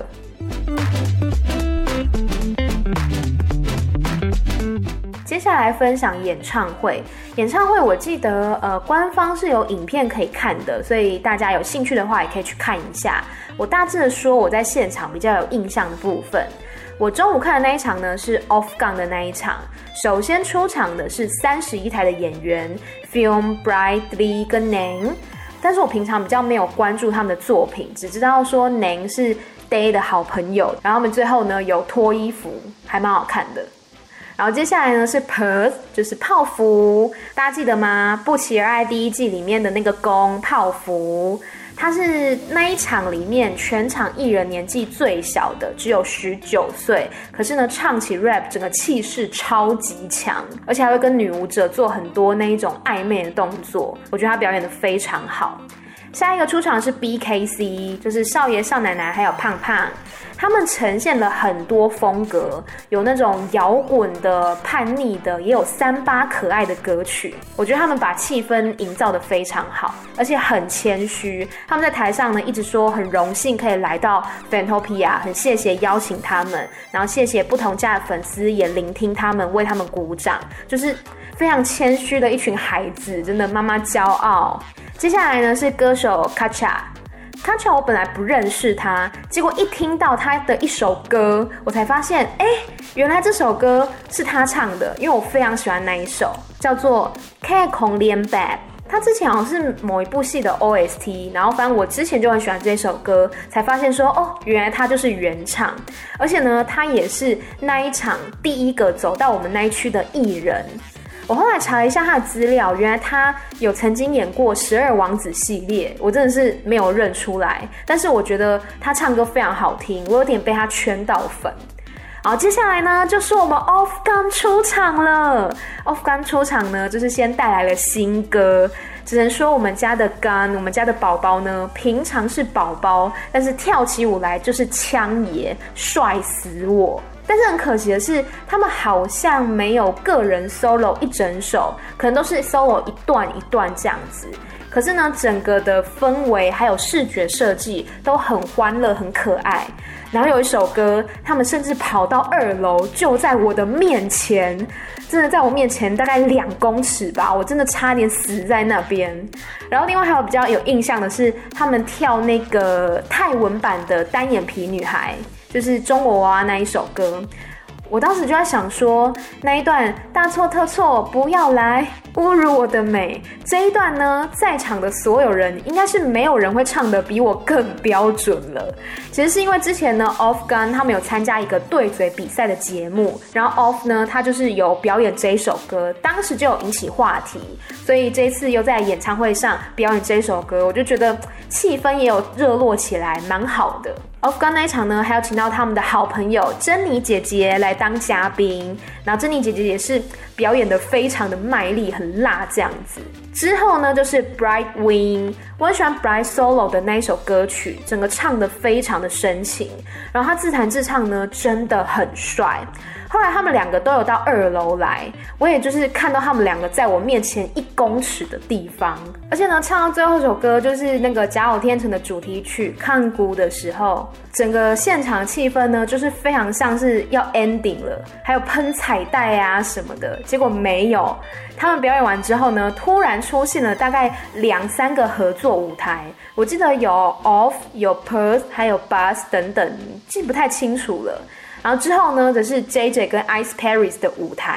接下来分享演唱会。演唱会我记得呃官方是有影片可以看的，所以大家有兴趣的话也可以去看一下。我大致的说我在现场比较有印象的部分。我中午看的那一场呢是 Off-Gun 的那一场，首先出场的是三十一台的演员 Film、Brightly 跟 Nang， 但是我平常比较没有关注他们的作品，只知道说 Nang 是 Day 的好朋友，然后他们最后呢有脱衣服，还蛮好看的。然后接下来呢是 Perth， 就是泡芙，大家记得吗？不期而爱第一季里面的那个公泡芙，他是那一场里面全场艺人年纪最小的，只有十九岁，可是呢唱起 rap 整个气势超级强，而且还会跟女舞者做很多那一种暧昧的动作，我觉得他表演得非常好。下一个出场是 B K C， 就是少爷少奶奶还有胖胖，他们呈现了很多风格，有那种摇滚的、叛逆的，也有三八可爱的歌曲。我觉得他们把气氛营造得非常好，而且很谦虚。他们在台上呢一直说很荣幸可以来到 Fantopia， 很谢谢邀请他们，然后谢谢不同家的粉丝也聆听他们，为他们鼓掌，就是非常谦虚的一群孩子，真的妈妈骄傲。接下来呢是歌手 Katcha。Katcha 我本来不认识他，结果一听到他的一首歌，我才发现，哎，原来这首歌是他唱的，因为我非常喜欢那一首，叫做《แค่คงเรียนแบบ》。他之前好像是某一部戏的 O S T， 然后反正我之前就很喜欢这首歌，才发现说，哦，原来他就是原唱，而且呢，他也是那一场第一个走到我们那一区的艺人。我后来查了一下他的资料，原来他有曾经演过十二王子系列，我真的是没有认出来，但是我觉得他唱歌非常好听，我有点被他圈到粉。好，接下来呢就是我们 Off-Gun 出场了。Off-Gun 出场呢就是先带来了新歌，只能说我们家的 Gun， 我们家的宝宝呢平常是宝宝，但是跳起舞来就是枪爷，帅死我。但是很可惜的是，他们好像没有个人 solo 一整首，可能都是 solo 一段一段这样子。可是呢，整个的氛围还有视觉设计都很欢乐，很可爱。然后有一首歌，他们甚至跑到二楼，就在我的面前，真的在我面前大概两公尺吧，我真的差点死在那边。然后另外还有比较有印象的是，他们跳那个泰文版的单眼皮女孩，就是中国娃娃那一首歌。我当时就在想说，那一段大错特错，不要来侮辱我的美，这一段呢，在场的所有人应该是没有人会唱得比我更标准了。其实是因为之前呢 Off-Gun 他们有参加一个对嘴比赛的节目，然后 Off 呢他就是有表演这一首歌，当时就有引起话题，所以这一次又在演唱会上表演这一首歌，我就觉得气氛也有热络起来，蛮好的。Off-Gun 那一场呢，还有请到他们的好朋友珍妮姐姐来当嘉宾，然后珍妮姐姐也是表演得非常的卖力，很辣这样子。之后呢，就是 Bright Wing， 我很喜欢 Bright Solo 的那一首歌曲，整个唱得非常的深情，然后他自弹自唱呢，真的很帅。后来他们两个都有到二楼来，我也就是看到他们两个在我面前一公尺的地方，而且呢，唱到最后一首歌就是那个《假偶天成》的主题曲《抗孤》的时候，整个现场气氛呢，就是非常像是要 ending 了，还有喷彩带啊什么的，结果没有。他们表演完之后呢，突然出现了大概两三个合作舞台，我记得有 Off、有 Perth、还有 Buzz 等等，记不太清楚了。然后之后呢，则是 J J 跟 Ice Paris 的舞台。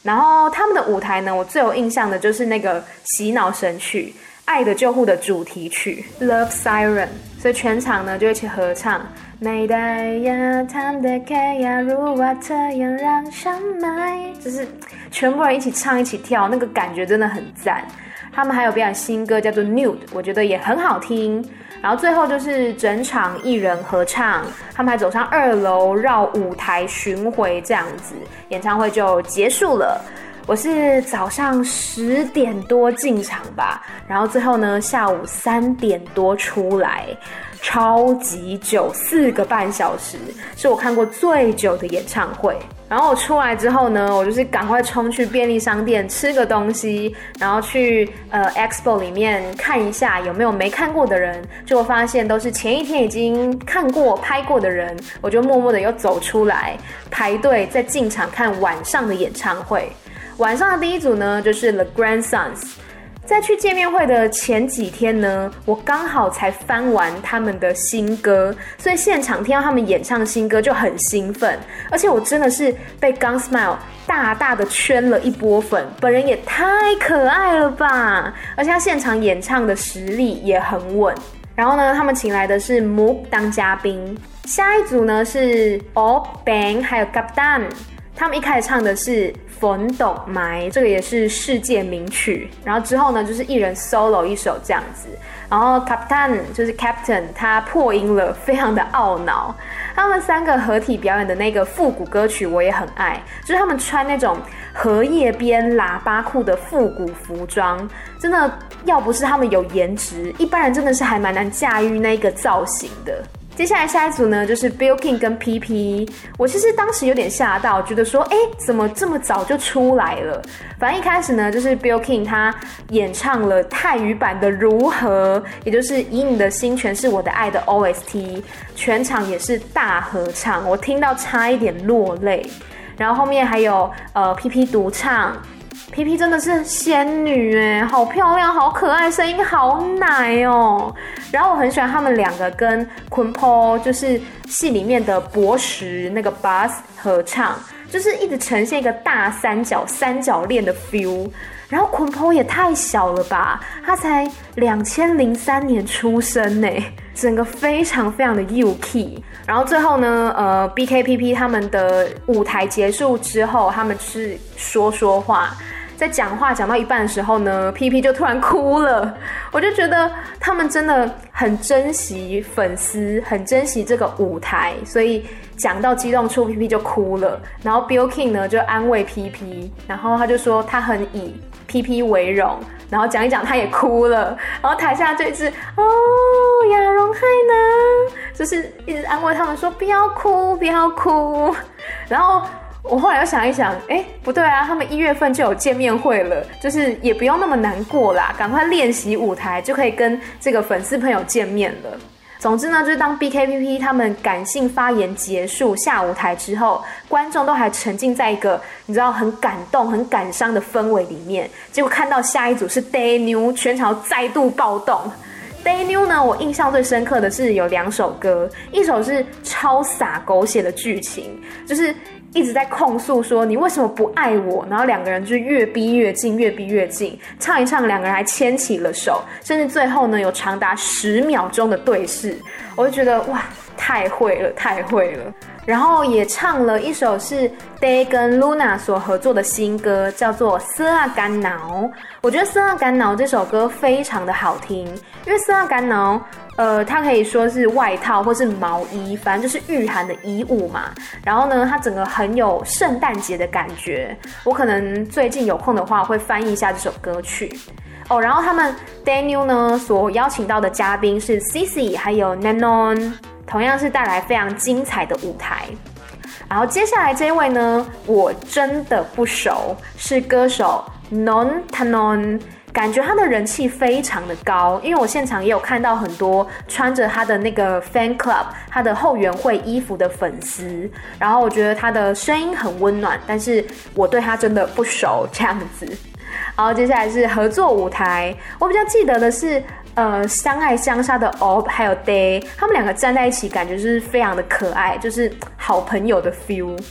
然后他们的舞台呢，我最有印象的就是那个洗脑神曲《爱的救护》的主题曲《Love Siren》，所以全场呢就一起合唱。每代呀，他们的开呀，如瓦特样让上麦，就是全部人一起唱一起跳，那个感觉真的很赞。他们还有表演新歌叫做《Nude》，我觉得也很好听。然后最后就是整场艺人合唱，他们还走上二楼绕舞台巡回，这样子演唱会就结束了。我是早上十点多进场吧，然后最后呢下午三点多出来，超级久，四个半小时，是我看过最久的演唱会。然后我出来之后呢，我就是赶快冲去便利商店吃个东西，然后去呃 Expo 里面看一下有没有没看过的人，结果发现都是前一天已经看过拍过的人，我就默默的又走出来排队再进场看晚上的演唱会。晚上的第一组呢就是 The Grandsons。在去见面会的前几天呢，我刚好才翻完他们的新歌，所以现场听到他们演唱新歌就很兴奋，而且我真的是被 Gunsmile 大大的圈了一波粉，本人也太可爱了吧，而且他现场演唱的实力也很稳。然后呢，他们请来的是 Mook 当嘉宾，下一组呢是 Op Bang 还有 Kaptan， 他们一开始唱的是粉斗埋，这个也是世界名曲。然后之后呢，就是一人 solo 一首这样子。然后 Kaptan 就是 Captain， 他破音了，非常的懊恼。他们三个合体表演的那个复古歌曲我也很爱，就是他们穿那种荷叶边喇叭裤的复古服装，真的要不是他们有颜值，一般人真的是还蛮难驾驭那个造型的。接下来下一组呢，就是 Billking 跟 P P。我其实当时有点吓到，觉得说，哎，怎么这么早就出来了？反正一开始呢，就是 Billking 他演唱了泰语版的《如何》，也就是以你的心诠释我的爱的 O S T， 全场也是大合唱，我听到差一点落泪。然后后面还有呃 P P 独唱。P P 真的是仙女耶，好漂亮，好可爱，声音好奶哦。然后我很喜欢他们两个跟 Kunpo， 就是戏里面的博士那个 Buzz 合唱，就是一直呈现一个大三角三角恋的 feel。然后 Kunpo 也太小了吧，他才两千零三年出生呢，整个非常非常的 U K。然后最后呢，呃 B K P P 他们的舞台结束之后，他们是说说话。在讲话讲到一半的时候呢 ，P P 就突然哭了，我就觉得他们真的很珍惜粉丝，很珍惜这个舞台，所以讲到激动处 P P 就哭了。然后 Billking 呢就安慰 P P， 然后他就说他很以 P P 为荣，然后讲一讲他也哭了，然后台下就一直哦亚荣嗨呢，就是一直安慰他们说不要哭不要哭，然后。我后来又想一想，哎，不对啊，他们一月份就有见面会了，就是也不用那么难过啦，赶快练习舞台就可以跟这个粉丝朋友见面了。总之呢，就是当 B K P P 他们感性发言结束下舞台之后，观众都还沉浸在一个你知道很感动、很感伤的氛围里面，结果看到下一组是 Daynew， 全场再度暴动。Daynew 呢，我印象最深刻的是有两首歌，一首是超洒狗血的剧情，就是一直在控诉说你为什么不爱我，然后两个人就越逼越近，越逼越近，唱一唱，两个人还牵起了手，甚至最后呢有长达十秒钟的对视，我就觉得哇，太会了，太会了。然后也唱了一首是 Day 跟 Luna 所合作的新歌，叫做《色啊干挠》。我觉得《色啊干挠》这首歌非常的好听，因为色啊干挠，呃，它可以说是外套或是毛衣，反正就是御寒的衣物嘛。然后呢，它整个很有圣诞节的感觉。我可能最近有空的话，会翻译一下这首歌曲。哦，然后他们 Daynew 呢所邀请到的嘉宾是 Cici 还有 Nanon。同样是带来非常精彩的舞台。然后接下来这一位呢，我真的不熟，是歌手 Non Tanon， 感觉他的人气非常的高，因为我现场也有看到很多穿着他的那个 fan club 他的后援会衣服的粉丝，然后我觉得他的声音很温暖，但是我对他真的不熟这样子。然后接下来是合作舞台，我比较记得的是呃，相爱相杀的 Ob 还有 Day， 他们两个站在一起，感觉就是非常的可爱，就是好朋友的 feel。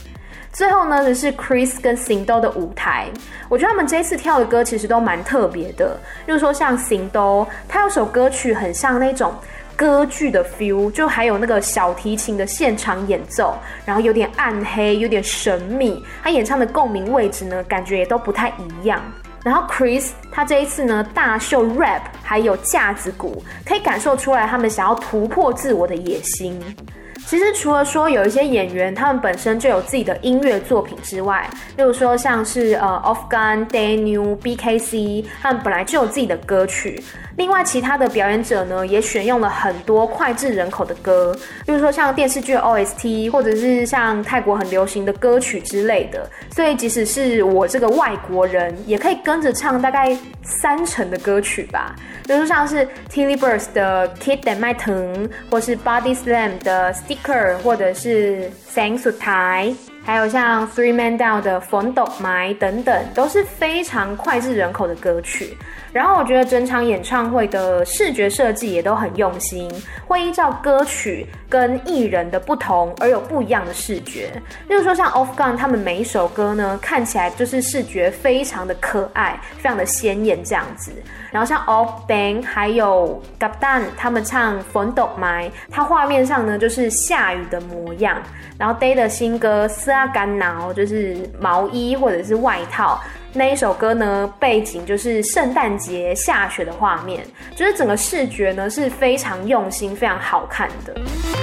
最后呢，就是 Chris 跟 Sindo 的舞台，我觉得他们这一次跳的歌其实都蛮特别的。例如说像 Sindo， 他有首歌曲很像那种歌剧的 feel， 就还有那个小提琴的现场演奏，然后有点暗黑，有点神秘。他演唱的共鸣位置呢，感觉也都不太一样。然后 Chris 他这一次呢大秀 rap， 还有架子鼓，可以感受出来他们想要突破自我的野心。其实除了说有一些演员他们本身就有自己的音乐作品之外，例如说像是呃 Afghan、Daniel、B K C， 他们本来就有自己的歌曲。另外其他的表演者呢，也选用了很多脍炙人口的歌，例如说像电视剧的 O S T， 或者是像泰国很流行的歌曲之类的。所以即使是我这个外国人，也可以跟着唱大概三成的歌曲吧。比如说像是 Tilly Burst 的 Kid That Might Turn， 或是 Body Slam 的 Sticker， 或者是 Sang Sutai， 还有像 Three Man Down 的 Phone Dog Mai 等等，都是非常脍炙人口的歌曲。然后我觉得整场演唱会的视觉设计也都很用心，会依照歌曲跟艺人的不同而有不一样的视觉。例如说像 Afghan 他们每一首歌呢，看起来就是视觉非常的可爱，非常的鲜艳这样子。然后像 Off Bang 还有 Gapdan 他们唱 Phone Dog Mai， 它画面上呢就是下雨的模样。然后 Day 的新歌 Sa Gan Nao 就是毛衣或者是外套，那一首歌呢，背景就是圣诞节下雪的画面，就是整个视觉呢是非常用心、非常好看的。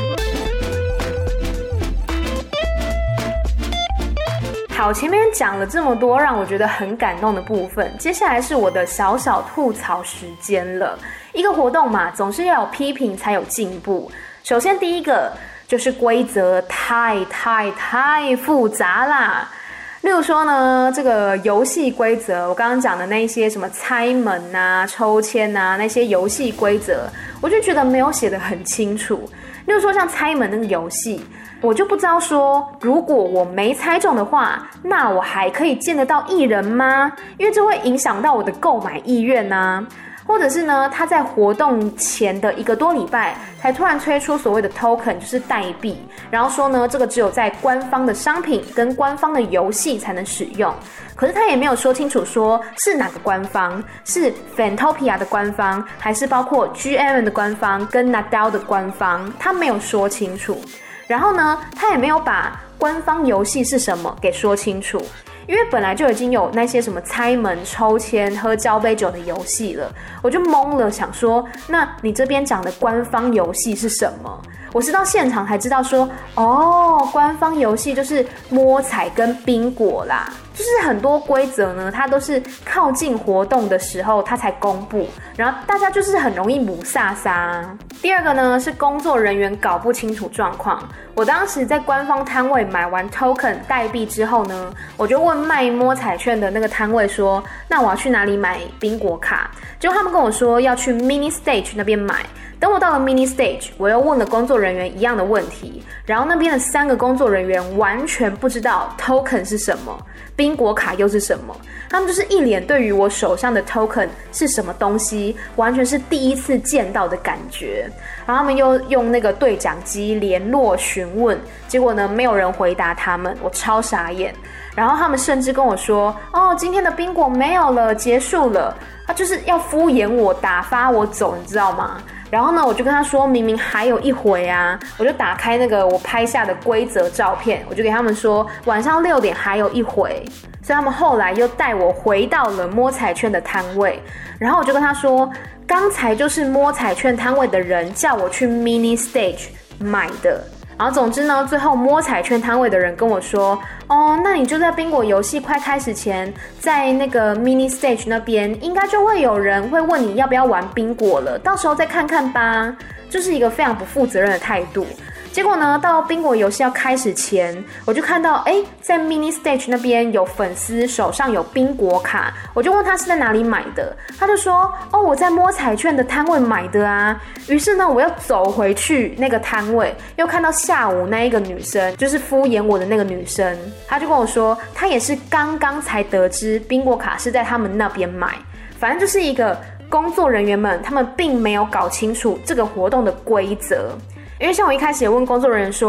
好，前面讲了这么多让我觉得很感动的部分，接下来是我的小小吐槽时间了。一个活动嘛，总是要有批评才有进步。首先第一个就是规则太太太复杂啦。例如说呢，这个游戏规则，我刚刚讲的那些什么猜门啊、抽签啊，那些游戏规则，我就觉得没有写得很清楚。例如说像猜门那个游戏，我就不知道说，如果我没猜中的话，那我还可以见得到艺人吗？因为这会影响到我的购买意愿啊。或者是呢，他在活动前的一个多礼拜才突然推出所谓的 token， 就是代币，然后说呢，这个只有在官方的商品跟官方的游戏才能使用。可是他也没有说清楚说是哪个官方，是 Fantopia 的官方，还是包括 G M 的官方跟 Nadal 的官方，他没有说清楚。然后呢，他也没有把官方游戏是什么给说清楚。因为本来就已经有那些什么猜门、抽签、喝交杯酒的游戏了，我就懵了，想说，那你这边讲的官方游戏是什么？我是到现场才知道说，哦，官方游戏就是摸彩跟宾果啦。就是很多规则呢，它都是靠近活动的时候它才公布，然后大家就是很容易母萨萨。第二个呢是工作人员搞不清楚状况。我当时在官方摊位买完 token 代币之后呢，我就问卖摸彩券的那个摊位说，那我要去哪里买宾果卡？结果他们跟我说要去 mini stage 那边买。等我到了 mini stage， 我又问了工作人员一样的问题，然后那边的三个工作人员完全不知道 token 是什么，宾果卡又是什么，他们就是一脸对于我手上的 token 是什么东西，完全是第一次见到的感觉。然后他们又用那个对讲机联络询问，结果呢没有人回答他们，我超傻眼。然后他们甚至跟我说，哦，今天的宾果没有了，结束了。他就是要敷衍我，打发我走，你知道吗？然后呢，我就跟他说，明明还有一回啊，我就打开那个我拍下的规则照片，我就给他们说，晚上六点还有一回。所以他们后来又带我回到了摸彩券的摊位，然后我就跟他说，刚才就是摸彩券摊位的人叫我去 mini stage 买的。然后总之呢，最后摸彩券摊位的人跟我说，哦，那你就在宾果游戏快开始前，在那个 mini stage 那边，应该就会有人会问你要不要玩宾果了，到时候再看看吧。就是一个非常不负责任的态度。结果呢，到宾果游戏要开始前，我就看到，哎，在 mini stage 那边有粉丝手上有宾果卡，我就问他是在哪里买的，他就说，哦，我在摸彩券的摊位买的啊。于是呢，我又走回去那个摊位，又看到下午那一个女生，就是敷衍我的那个女生，她就跟我说，她也是刚刚才得知宾果卡是在他们那边买，反正就是一个工作人员们他们并没有搞清楚这个活动的规则。因为像我一开始也问工作人员说，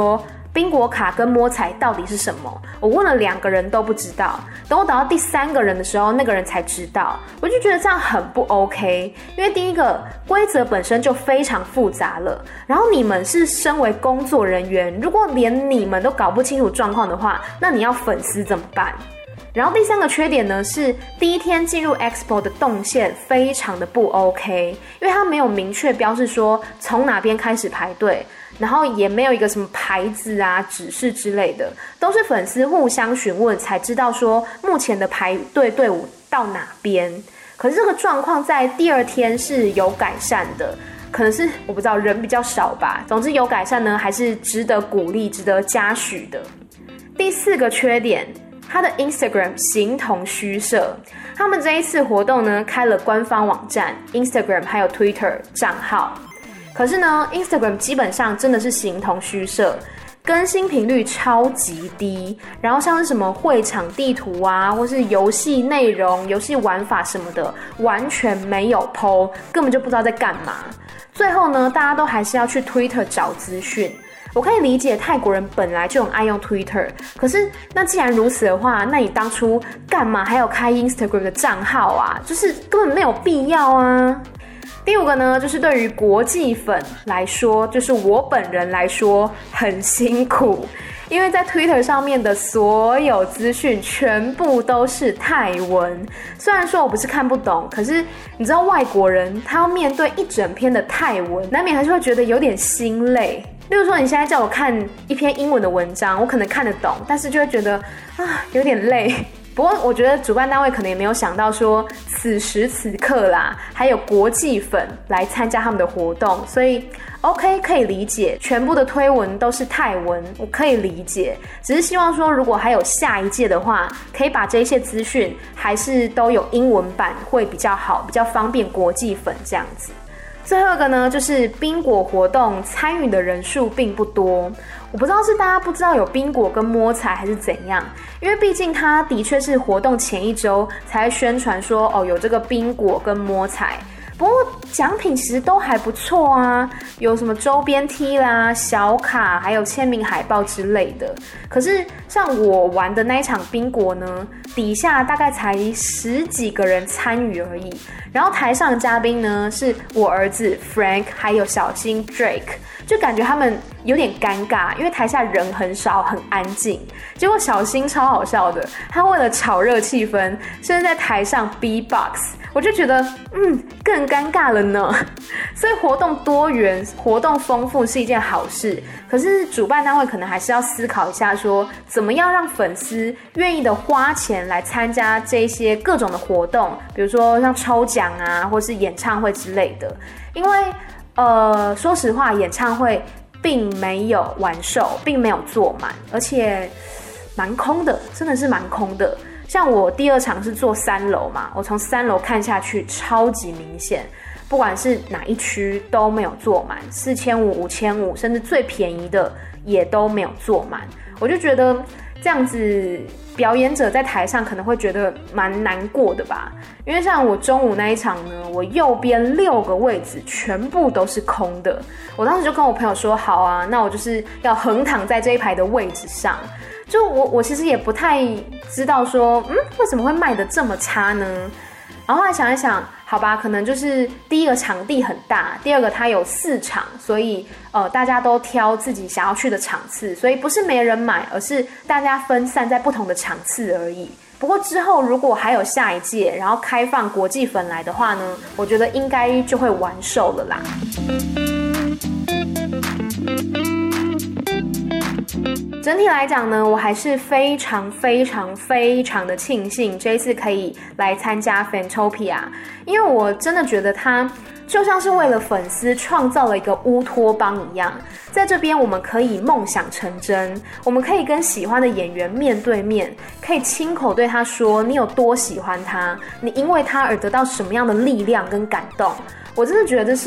宾果卡跟摸彩到底是什么？我问了两个人都不知道，等我找到第三个人的时候，那个人才知道。我就觉得这样很不 OK， 因为第一个规则本身就非常复杂了，然后你们是身为工作人员，如果连你们都搞不清楚状况的话，那你要粉丝怎么办？然后第三个缺点呢是第一天进入 Expo 的动线非常的不 OK， 因为它没有明确标示说从哪边开始排队，然后也没有一个什么牌子啊指示之类的，都是粉丝互相询问才知道说目前的排队队伍到哪边。可是这个状况在第二天是有改善的，可能是我不知道人比较少吧，总之有改善呢，还是值得鼓励值得嘉许的。第四个缺点，他的 Instagram 形同虚设。他们这一次活动呢，开了官方网站、Instagram 还有 Twitter 账号，可是呢 Instagram 基本上真的是形同虚设，更新频率超级低，然后像是什么会场地图啊，或是游戏内容、游戏玩法什么的，完全没有 po， 根本就不知道在干嘛。最后呢，大家都还是要去 Twitter 找资讯。我可以理解泰国人本来就很爱用 Twitter， 可是那既然如此的话，那你当初干嘛还要开 Instagram 的账号啊？就是根本没有必要啊。第五个呢，就是对于国际粉来说，就是我本人来说很辛苦，因为在 Twitter 上面的所有资讯全部都是泰文。虽然说我不是看不懂，可是你知道外国人他要面对一整篇的泰文，难免还是会觉得有点心累。例如说你现在叫我看一篇英文的文章，我可能看得懂，但是就会觉得啊有点累。不过我觉得主办单位可能也没有想到说此时此刻啦还有国际粉来参加他们的活动，所以 OK 可以理解，全部的推文都是泰文，我可以理解，只是希望说如果还有下一届的话，可以把这些资讯还是都有英文版会比较好，比较方便国际粉这样子。最后一个呢，就是宾果活动参与的人数并不多，我不知道是大家不知道有宾果跟摸彩还是怎样，因为毕竟它的确是活动前一周才宣传说哦有这个宾果跟摸彩，不过奖品其实都还不错啊，有什么周边 T 啦、小卡，还有签名海报之类的。可是像我玩的那一场宾果呢，底下大概才十几个人参与而已，然后台上的嘉宾呢是我儿子 Frank 还有小新 Drake， 就感觉他们有点尴尬，因为台下人很少很安静，结果小新超好笑的，他为了炒热气氛甚至在台上 B-box， 我就觉得嗯更尴尬了呢。所以活动多元活动丰富是一件好事，可是主办单位可能还是要思考一下说怎么样让粉丝愿意的花钱来参加这些各种的活动，比如说像抽奖啊或是演唱会之类的。因为呃说实话演唱会并没有完售，并没有坐满，而且蛮空的，真的是蛮空的。像我第二场是坐三楼嘛，我从三楼看下去超级明显，不管是哪一区都没有坐满，四千五、五千五，甚至最便宜的也都没有坐满。我就觉得这样子表演者在台上可能会觉得蛮难过的吧，因为像我中午那一场呢，我右边六个位置全部都是空的，我当时就跟我朋友说好啊，那我就是要横躺在这一排的位置上。就我我其实也不太知道说嗯为什么会卖得这么差呢，然后后来想一想，好吧，可能就是第一个场地很大，第二个它有四场，所以呃大家都挑自己想要去的场次，所以不是没人买，而是大家分散在不同的场次而已。不过之后如果还有下一届，然后开放国际粉来的话呢，我觉得应该就会完售了啦。整体来讲呢，我还是非常非常非常的庆幸这一次可以来参加 Fantopia， 因为我真的觉得它就像是为了粉丝创造了一个乌托邦一样，在这边我们可以梦想成真，我们可以跟喜欢的演员面对面，可以亲口对他说你有多喜欢他，你因为他而得到什么样的力量跟感动。我真的觉得这是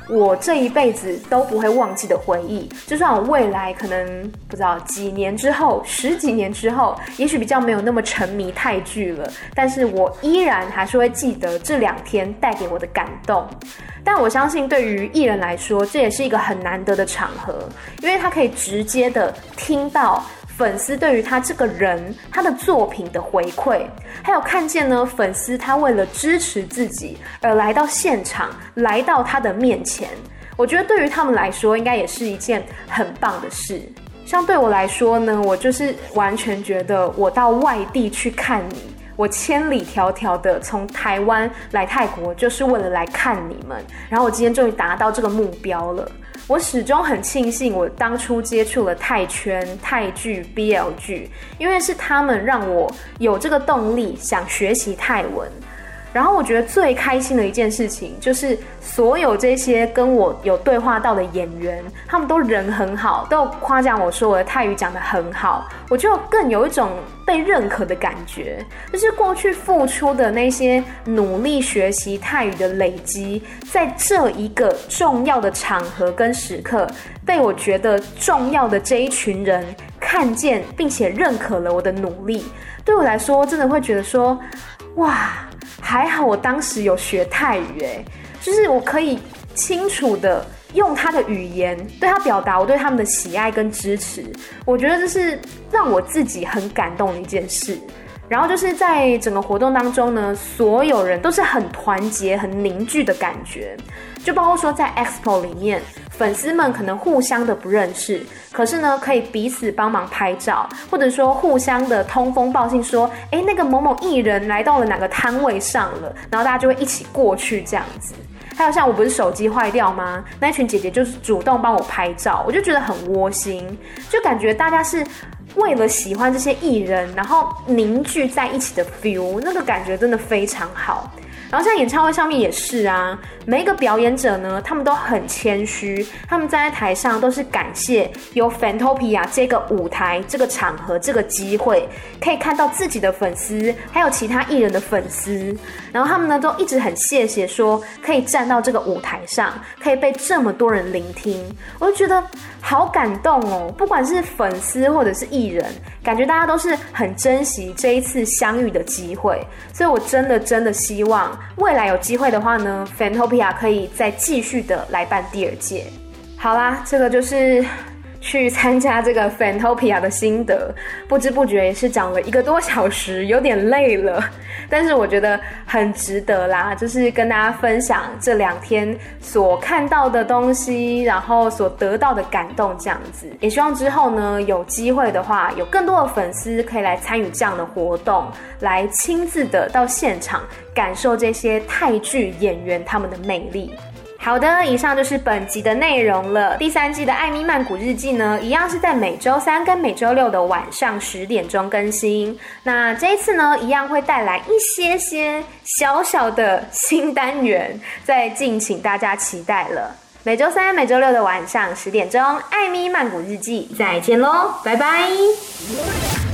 我这一辈子都不会忘记的回忆。就算我未来可能不知道几年之后、十几年之后，也许比较没有那么沉迷泰剧了，但是我依然还是会记得这两天带给我的感动。但我相信对于艺人来说，这也是一个很难得的场合，因为他可以直接的听到粉丝对于他这个人、他的作品的回馈，还有看见呢粉丝他为了支持自己而来到现场，来到他的面前。我觉得对于他们来说，应该也是一件很棒的事。像对我来说呢，我就是完全觉得我到外地去看你，我千里迢迢的从台湾来泰国，就是为了来看你们。然后我今天终于达到这个目标了。我始终很庆幸我当初接触了泰圈、泰剧、B L 剧，因为是他们让我有这个动力想学习泰文。然后我觉得最开心的一件事情，就是所有这些跟我有对话到的演员，他们都人很好，都有夸奖我说我的泰语讲得很好，我就更有一种被认可的感觉。就是过去付出的那些努力学习泰语的累积，在这一个重要的场合跟时刻，被我觉得重要的这一群人看见并且认可了我的努力。对我来说，真的会觉得说，哇，还好我当时有学泰语耶，就是我可以清楚的用他的语言对他表达我对他们的喜爱跟支持。我觉得这是让我自己很感动的一件事。然后就是在整个活动当中呢，所有人都是很团结、很凝聚的感觉。就包括说在 Expo 里面，粉丝们可能互相的不认识，可是呢可以彼此帮忙拍照，或者说互相的通风报信说，哎，那个某某艺人来到了哪个摊位上了，然后大家就会一起过去这样子。还有像我不是手机坏掉吗？那一群姐姐就是主动帮我拍照，我就觉得很窝心，就感觉大家是为了喜欢这些艺人，然后凝聚在一起的 feel， 那个感觉真的非常好。然后像演唱会上面也是啊，每一个表演者呢，他们都很谦虚，他们站在台上都是感谢有 Fantopia 这个舞台、这个场合、这个机会，可以看到自己的粉丝，还有其他艺人的粉丝，然后他们呢都一直很谢谢说可以站到这个舞台上，可以被这么多人聆听，我就觉得好感动哦。不管是粉丝或者是艺人，感觉大家都是很珍惜这一次相遇的机会，所以我真的真的希望未来有机会的话呢 Fantopia 可以再继续的来办第二届。好啦，这个就是去参加这个 Fantopia 的心得，不知不觉也是讲了一个多小时，有点累了，但是我觉得很值得啦，就是跟大家分享这两天所看到的东西，然后所得到的感动这样子。也希望之后呢，有机会的话，有更多的粉丝可以来参与这样的活动，来亲自的到现场感受这些泰剧演员他们的魅力。好的，以上就是本集的内容了。第三季的艾咪曼谷日记呢，一样是在每周三跟每周六的晚上十点钟更新。那这一次呢，一样会带来一些些小小的新单元，再敬请大家期待了。每周三、每周六的晚上十点钟，艾咪曼谷日记，再见喽，拜拜。